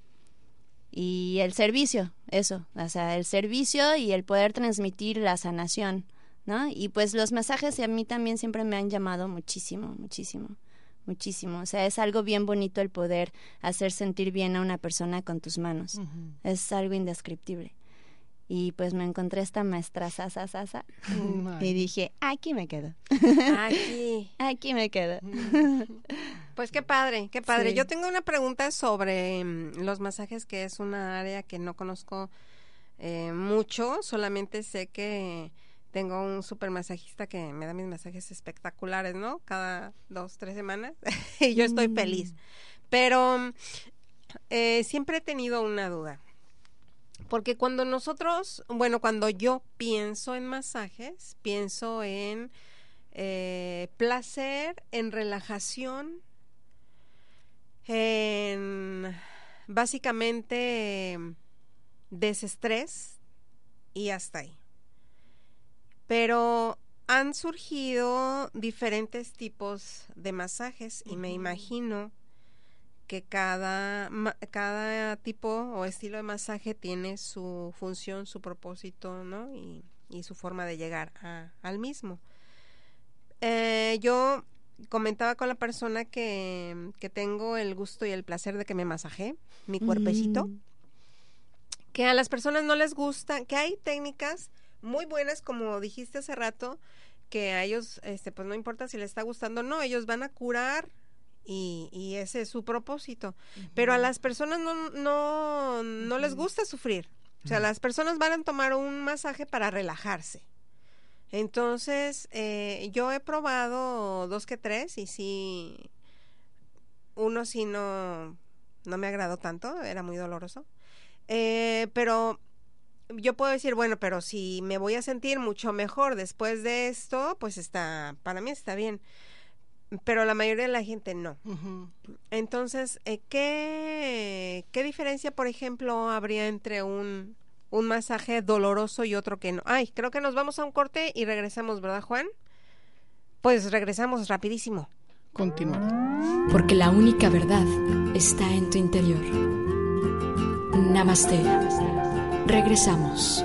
Y el servicio, eso, o sea, el servicio y el poder transmitir la sanación, ¿no? Y pues los masajes a mí también siempre me han llamado muchísimo, muchísimo, muchísimo. O sea, es algo bien bonito el poder hacer sentir bien a una persona con tus manos. Uh-huh. Es algo indescriptible. Y pues me encontré esta maestra sasa sasa uh, y dije, aquí me quedo. Aquí. Aquí me quedo. Pues qué padre, qué padre. Sí. Yo tengo una pregunta sobre um, los masajes, que es una área que no conozco eh, mucho. Solamente sé que tengo un super masajista que me da mis masajes espectaculares, ¿no? Cada dos, tres semanas. Y yo estoy mm. feliz. Pero eh, siempre he tenido una duda. Porque cuando nosotros, bueno, cuando yo pienso en masajes, pienso en eh, placer, en relajación, en básicamente desestrés y hasta ahí. Pero han surgido diferentes tipos de masajes y uh-huh. me imagino que cada, cada tipo o estilo de masaje tiene su función, su propósito, ¿no? Y, y su forma de llegar a, al mismo. Eh, yo comentaba con la persona que, que tengo el gusto y el placer de que me masajee mi cuerpecito, mm. que a las personas no les gusta, que hay técnicas muy buenas, como dijiste hace rato, que a ellos, este, pues no importa si les está gustando o no, ellos van a curar. Y, y ese es su propósito. Uh-huh. Pero a las personas no, no, no uh-huh. les gusta sufrir. O sea, uh-huh. las personas van a tomar un masaje para relajarse. Entonces, eh, yo he probado dos que tres y sí, uno sí no, no me agradó tanto, era muy doloroso. Eh, pero yo puedo decir, bueno, pero si me voy a sentir mucho mejor después de esto, pues está, para mí está bien. Pero la mayoría de la gente no. Uh-huh. Entonces, eh, ¿qué, ¿qué diferencia, por ejemplo, habría entre un, un masaje doloroso y otro que no? Ay, creo que nos vamos a un corte y regresamos, ¿verdad, Juan? Pues regresamos rapidísimo. continuará. Porque la única verdad está en tu interior. Namaste. Regresamos.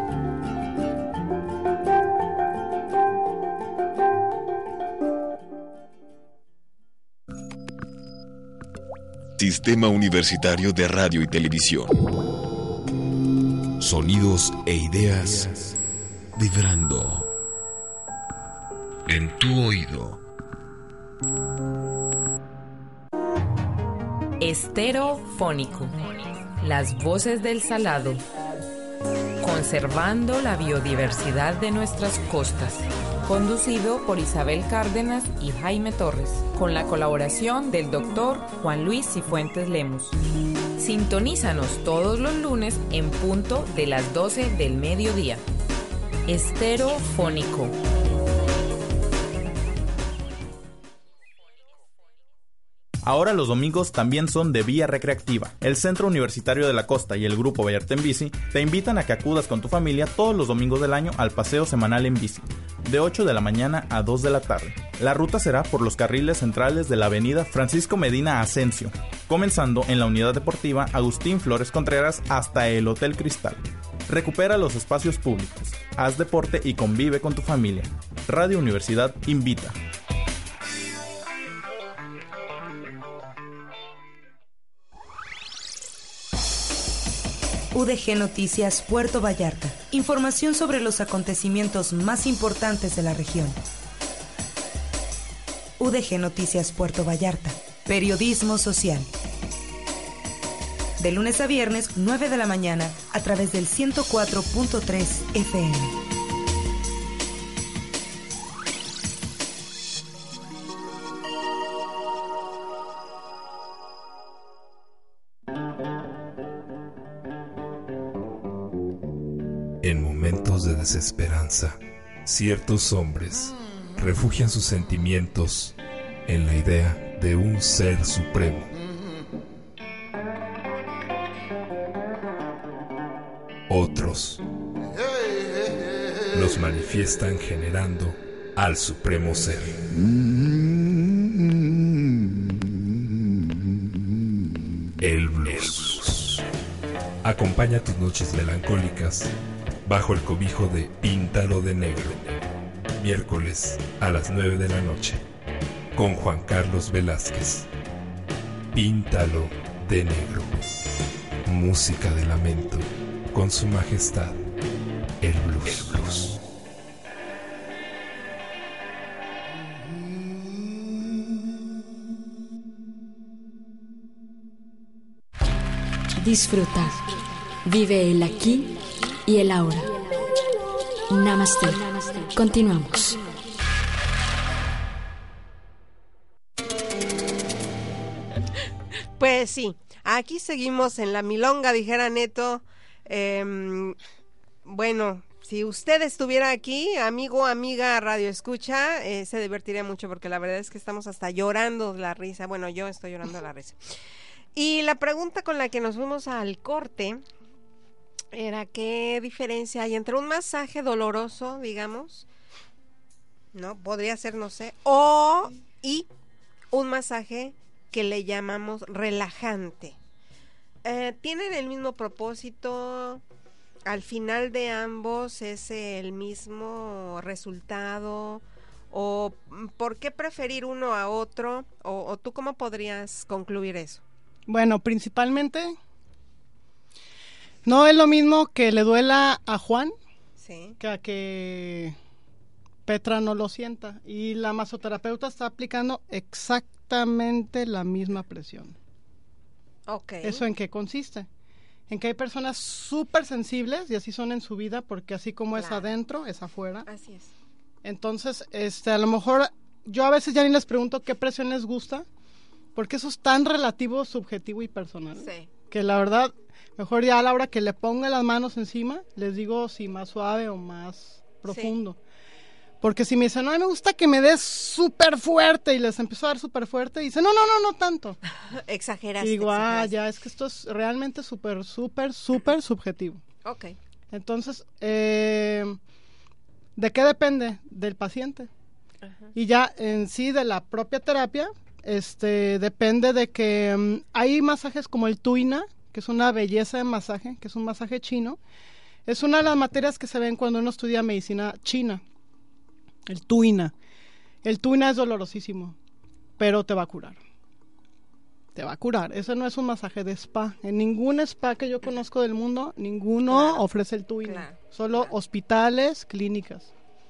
Sistema Universitario de Radio y Televisión. Sonidos e ideas vibrando en tu oído. Estereofónico. Las voces del Salado. Conservando la biodiversidad de nuestras costas. Conducido por Isabel Cárdenas y Jaime Torres, con la colaboración del doctor Juan Luis Cifuentes Lemus. Sintonízanos todos los lunes en punto de las doce del mediodía. Estereofónico. Ahora los domingos también son de Vía Recreativa. El Centro Universitario de la Costa y el Grupo Vallarta en Bici te invitan a que acudas con tu familia todos los domingos del año al paseo semanal en bici, de ocho de la mañana a dos de la tarde. La ruta será por los carriles centrales de la avenida Francisco Medina Asensio, comenzando en la Unidad Deportiva Agustín Flores Contreras hasta el Hotel Cristal. Recupera los espacios públicos, haz deporte y convive con tu familia. Radio Universidad invita. U D G Noticias Puerto Vallarta. Información sobre los acontecimientos más importantes de la región. U D G Noticias Puerto Vallarta. Periodismo social. De lunes a viernes, nueve de la mañana, a través del ciento cuatro punto tres F M. En momentos de desesperanza, ciertos hombres refugian sus sentimientos en la idea de un ser supremo. Otros los manifiestan generando al supremo ser. El blues. Acompaña tus noches melancólicas bajo el cobijo de Píntalo de Negro. Miércoles a las nueve de la noche. Con Juan Carlos Velázquez. Píntalo de Negro. Música de lamento con su majestad, el blues. El blues. Disfruta. Vive el aquí y el ahora. Namaste. Continuamos. Pues sí, aquí seguimos en la milonga, dijera Neto. Eh, bueno, si usted estuviera aquí, amigo, amiga, radio escucha, eh, se divertiría mucho porque la verdad es que estamos hasta llorando de la risa. Bueno, yo estoy llorando de la risa. Y la pregunta con la que nos fuimos al corte era qué diferencia hay entre un masaje doloroso, digamos, ¿no? Podría ser, no sé, o y un masaje que le llamamos relajante. Eh, ¿Tienen el mismo propósito? ¿Al final de ambos es el mismo resultado? ¿O por qué preferir uno a otro? ¿O, o tú cómo podrías concluir eso? Bueno, principalmente no es lo mismo que le duela a Juan sí. que a que Petra no lo sienta. Y la masoterapeuta está aplicando exactamente la misma presión. Okay. ¿Eso en qué consiste? En que hay personas súper sensibles y así son en su vida, porque así como claro. es adentro, es afuera. Así es. Entonces, este, a lo mejor yo a veces ya ni les pregunto qué presión les gusta, porque eso es tan relativo, subjetivo y personal. Sí. Que la verdad, mejor ya a la hora que le ponga las manos encima, les digo si más suave o más profundo. Sí. Porque si me dicen, no, me gusta que me des súper fuerte, y les empiezo a dar súper fuerte, y dicen, no, no, no, no tanto. Exageraste. Y digo, exageraste. ah, ya, es que esto es realmente súper, súper, súper subjetivo. Ok. Entonces, eh, ¿de qué depende? Del paciente. Ajá. Y ya en sí de la propia terapia, este, depende de que um, hay masajes como el tuina, que es una belleza de masaje, que es un masaje chino. Es una de las materias que se ven cuando uno estudia medicina china, el tuina. El tuina es dolorosísimo, pero te va a curar. Te va a curar. Ese no es un masaje de spa. En ningún spa que yo conozco del mundo, ninguno claro. ofrece el tuina. Claro. Solo claro. hospitales, clínicas.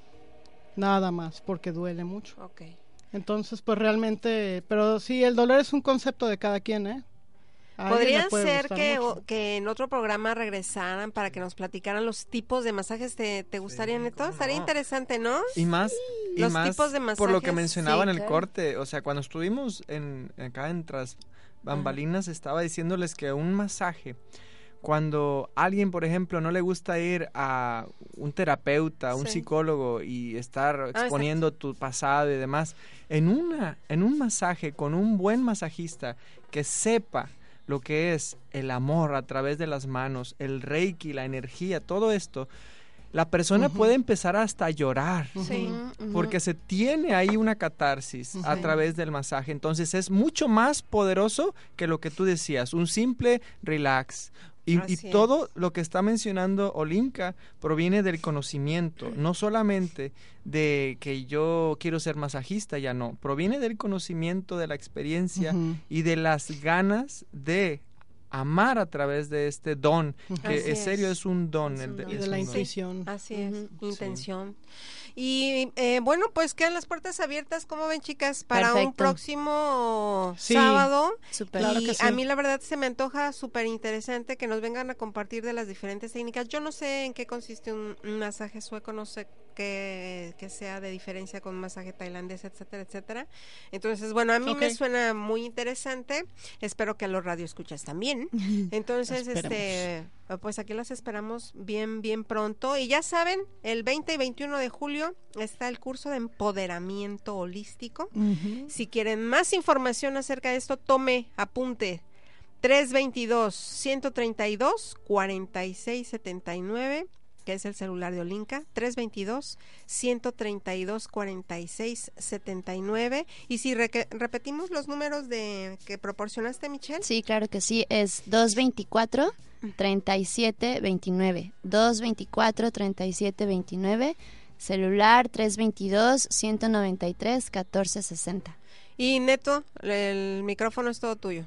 Nada más, porque duele mucho. Okay. Entonces, pues realmente, pero sí, el dolor es un concepto de cada quien, ¿eh? Podría ser que, o, que en otro programa regresaran para que nos platicaran los tipos de masajes. ¿Te, te gustaría, sí, Neto? No. Estaría interesante, ¿no? Y más, y los más tipos de masajes, por lo que mencionaba sí, en el claro. corte. O sea, cuando estuvimos en acá en tras bambalinas, Ajá. estaba diciéndoles que un masaje, cuando alguien, por ejemplo, no le gusta ir a un terapeuta, a un sí. psicólogo y estar exponiendo ah, tu pasado y demás, en una, en un masaje con un buen masajista que sepa lo que es el amor a través de las manos, el reiki, la energía, todo esto, la persona uh-huh. puede empezar hasta a llorar, sí. porque se tiene ahí una catarsis uh-huh. a través del masaje. Entonces es mucho más poderoso que lo que tú decías, un simple relax. Y, y todo lo que está mencionando Olinka proviene del conocimiento, no solamente de que yo quiero ser masajista, ya no, proviene del conocimiento, de la experiencia uh-huh. y de las ganas de amar a través de este don, que en serio es un don. Es un el de, don. es de la un intuición. Don. Así es, uh-huh. intención. Sí. Y eh, bueno, pues quedan las puertas abiertas, ¿cómo ven, chicas? Para Perfecto. un próximo sí. sábado. Super. Y claro que sí. a mí la verdad se me antoja súper interesante que nos vengan a compartir de las diferentes técnicas. Yo no sé en qué consiste un, un masaje sueco, no sé qué, qué sea de diferencia con un masaje tailandés, etcétera, etcétera. Entonces, bueno, a mí okay. me suena muy interesante. Espero que a los radioescuchas también. Entonces, este, pues aquí las esperamos bien, bien pronto. Y ya saben, el veinte y veintiuno de julio está el curso de empoderamiento holístico. Uh-huh. Si quieren más información acerca de esto, tome apunte tres veintidós, ciento treinta y dos, cuarenta y seis setenta y nueve, que es el celular de Olinka, tres veintidós, ciento treinta y dos, cuarenta y seis setenta y nueve. Y si re- repetimos los números de que proporcionaste, Michelle. Sí, claro que sí, es dos veinticuatro, treinta y siete veintinueve, dos veinticuatro, treinta y siete veintinueve, celular tres veintidós, ciento noventa y tres, catorce sesenta. Y Neto, el micrófono es todo tuyo.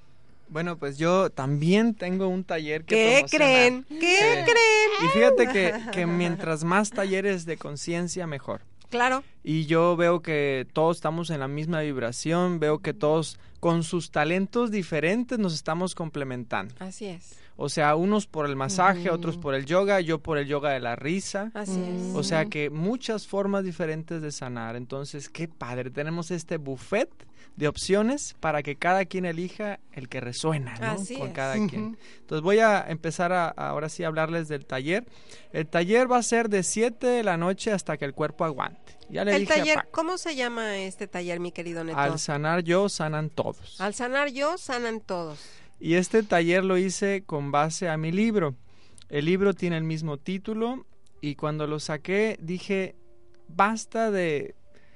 Bueno, pues yo también tengo un taller que ¿Qué promocionar. creen? ¿Qué eh, creen? Y fíjate que, que mientras más talleres de conciencia, mejor. Claro. Y yo veo que todos estamos en la misma vibración, veo que todos con sus talentos diferentes nos estamos complementando. Así es. O sea, unos por el masaje, uh-huh. otros por el yoga, yo por el yoga de la risa. Así es. O sea que muchas formas diferentes de sanar. Entonces, qué padre. Tenemos este buffet de opciones para que cada quien elija el que resuena, ¿no? Así Con es. cada Uh-huh. quien. Entonces voy a empezar a, a ahora sí a hablarles del taller. El taller va a ser de siete de la noche hasta que el cuerpo aguante. Ya le el dije taller, a Paco. ¿cómo se llama este taller, mi querido Neto? Al sanar yo, sanan todos. Al sanar yo, sanan todos. Y este taller lo hice con base a mi libro. El libro tiene el mismo título y cuando lo saqué dije, basta de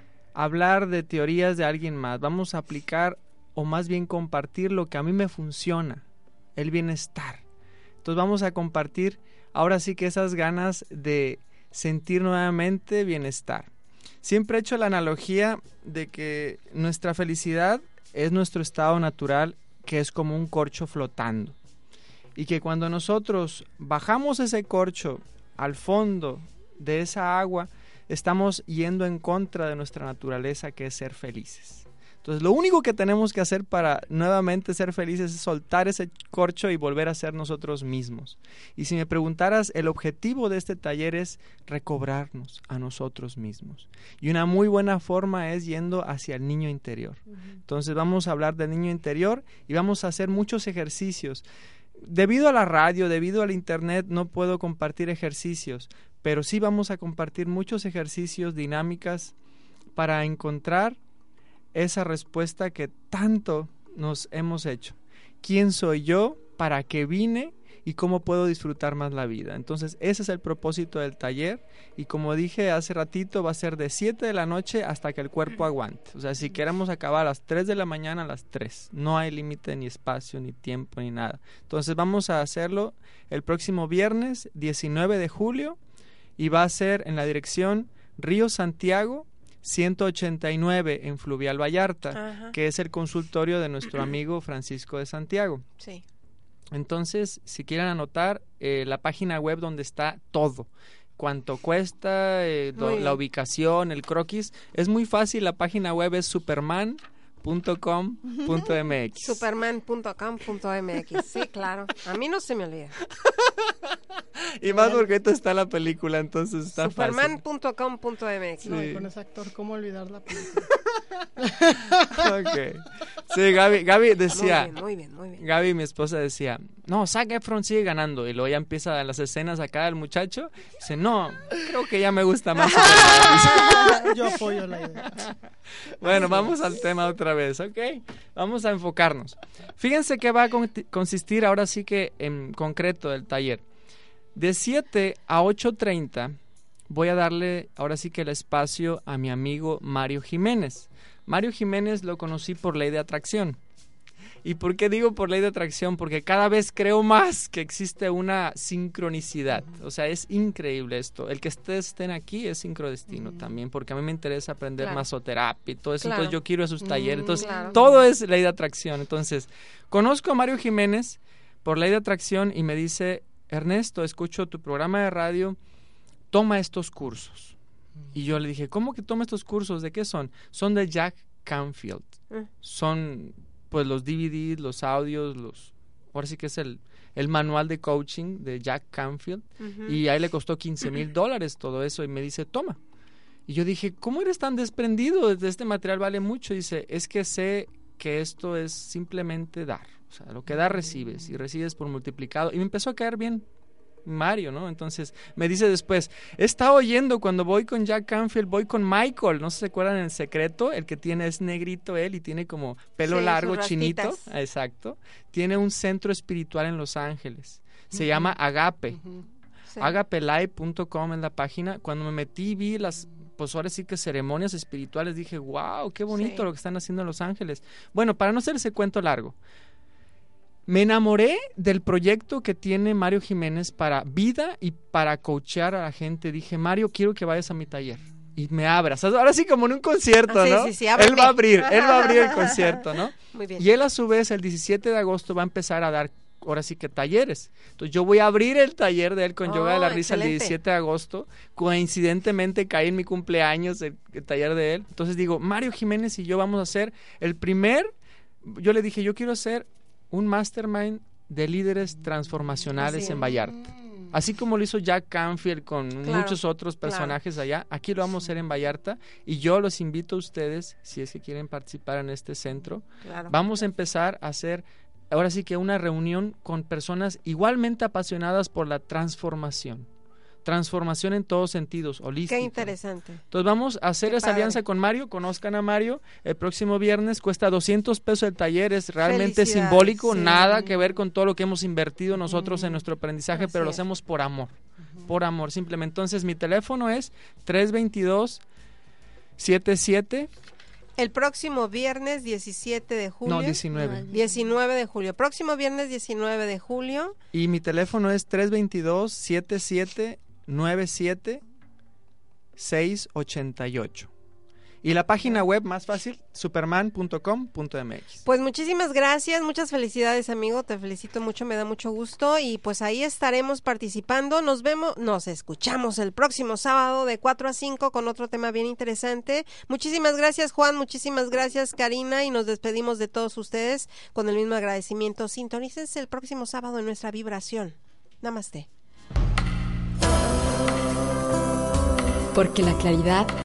hablar de teorías de alguien más, vamos a aplicar o más bien compartir lo que a mí me funciona, el bienestar. Entonces vamos a compartir ahora sí que esas ganas de sentir nuevamente bienestar. Siempre he hecho la analogía de que nuestra felicidad es nuestro estado natural, que es como un corcho flotando. Y que cuando nosotros bajamos ese corcho al fondo de esa agua, estamos yendo en contra de nuestra naturaleza, que es ser felices. Entonces, lo único que tenemos que hacer para nuevamente ser felices es soltar ese corcho y volver a ser nosotros mismos. Y si me preguntaras, el objetivo de este taller es recobrarnos a nosotros mismos. Y una muy buena forma es yendo hacia el niño interior. Uh-huh. Entonces, vamos a hablar del niño interior y vamos a hacer muchos ejercicios. Debido a la radio, debido al internet, no puedo compartir ejercicios, pero sí vamos a compartir muchos ejercicios, dinámicas, para encontrar esa respuesta que tanto nos hemos hecho. ¿Quién soy yo? ¿Para qué vine? y cómo puedo disfrutar más la vida. Entonces ese es el propósito del taller y como dije hace ratito va a ser de siete de la noche hasta que el cuerpo aguante. O sea, si queremos acabar a las tres de la mañana, a las tres. No hay límite ni espacio, ni tiempo, ni nada. Entonces vamos a hacerlo el próximo viernes diecinueve de julio y va a ser en la dirección Río Santiago ciento ochenta y nueve en Fluvial Vallarta, Ajá. que es el consultorio de nuestro amigo Francisco de Santiago. Sí. Entonces, si quieren anotar, eh, la página web donde está todo, cuánto cuesta, eh, do, la ubicación, el croquis, es muy fácil, la página web es superman punto com punto m x. superman punto com punto m x, sí, claro, a mí no se me olvida. Y más porque esto está la película, entonces está superman punto com punto m x. Sí. No, y con ese actor, ¿cómo olvidar la película? Okay. Sí, Gaby, Gaby decía, muy bien, muy bien, muy bien. Gaby, mi esposa decía, no, Zac Efron sigue ganando, y luego ya empieza las escenas acá el muchacho, dice, no, creo que ya me gusta más. Yo apoyo la idea. Bueno, vamos al tema otra vez, ¿ok? Vamos a enfocarnos. Fíjense que va a con- consistir ahora sí que en concreto el taller. De siete a ocho treinta voy a darle ahora sí que el espacio a mi amigo Mario Jiménez. Mario Jiménez lo conocí por ley de atracción. ¿Y por qué digo por ley de atracción? Porque cada vez creo más que existe una sincronicidad. O sea, es increíble esto. El que ustedes estén aquí es sincrodestino mm. también, porque a mí me interesa aprender claro. masoterapia y todo eso. Claro. Entonces yo quiero esos talleres. Entonces mm, claro. todo es ley de atracción. Entonces, conozco a Mario Jiménez por ley de atracción y me dice, Ernesto, escucho tu programa de radio, toma estos cursos. Mm. Y yo le dije, ¿cómo que toma estos cursos? ¿De qué son? Son de Jack Canfield. Mm. Son... pues los D V Ds, los audios, los ahora sí que es el, el manual de coaching de Jack Canfield, uh-huh. y ahí le costó quince mil dólares todo eso, y me dice, toma. Y yo dije, ¿cómo eres tan desprendido? De este material vale mucho. Y dice, es que sé que esto es simplemente dar. O sea, lo que das recibes, y recibes por multiplicado. Y me empezó a caer bien Mario, ¿no? Entonces me dice después, he estado oyendo cuando voy con Jack Canfield, voy con Michael, no sé si se acuerdan en El Secreto, el que tiene es negrito él y tiene como pelo sí, largo, chinito, exacto, tiene un centro espiritual en Los Ángeles, se uh-huh. llama Agape, uh-huh. sí. agape live punto com en la página. Cuando me metí vi las, pues ahora sí que ceremonias espirituales, dije, wow, qué bonito sí. lo que están haciendo en Los Ángeles. Bueno, para no hacer ese cuento largo, me enamoré del proyecto que tiene Mario Jiménez para vida y para coachear a la gente. Dije, Mario, quiero que vayas a mi taller y me abras. Ahora sí como en un concierto, ah, sí, ¿no? Sí, sí, él va a abrir, él va a abrir el concierto, ¿no? Muy bien. Y él a su vez el diecisiete de agosto va a empezar a dar, ahora sí que talleres. Entonces yo voy a abrir el taller de él con oh, Yoga de la Risa excelente. El diecisiete de agosto. Coincidentemente cae en mi cumpleaños el, el taller de él. Entonces digo, Mario Jiménez y yo vamos a hacer el primer, yo le dije, yo quiero hacer un mastermind de líderes transformacionales sí. en Vallarta. Así como lo hizo Jack Canfield con claro, muchos otros personajes claro. allá, aquí lo vamos a hacer en Vallarta y yo los invito a ustedes, si es que quieren participar en este centro, claro. vamos a empezar a hacer, ahora sí que una reunión con personas igualmente apasionadas por la transformación. Transformación en todos sentidos, holística. Qué interesante. Entonces vamos a hacer Qué esa padre. alianza con Mario, conozcan a Mario, el próximo viernes cuesta doscientos pesos el taller, es realmente simbólico, sí. nada que ver con todo lo que hemos invertido nosotros uh-huh. en nuestro aprendizaje, Así pero es. lo hacemos por amor, uh-huh. por amor, simplemente. Entonces mi teléfono es tres dos dos, siete siete El próximo viernes diecisiete de julio. No, diecinueve. diecinueve de julio. Próximo viernes diecinueve de julio. Y mi teléfono es tres dos dos, siete siete nueve siete seis ocho ocho. Y la página web más fácil, superman punto com punto m x. Pues muchísimas gracias, muchas felicidades, amigo, te felicito mucho, me da mucho gusto y pues ahí estaremos participando. Nos vemos, nos escuchamos el próximo sábado de cuatro a cinco con otro tema bien interesante. Muchísimas gracias, Juan, muchísimas gracias, Karina, y nos despedimos de todos ustedes con el mismo agradecimiento. Sintonícense el próximo sábado en nuestra vibración. Namaste. Porque la claridad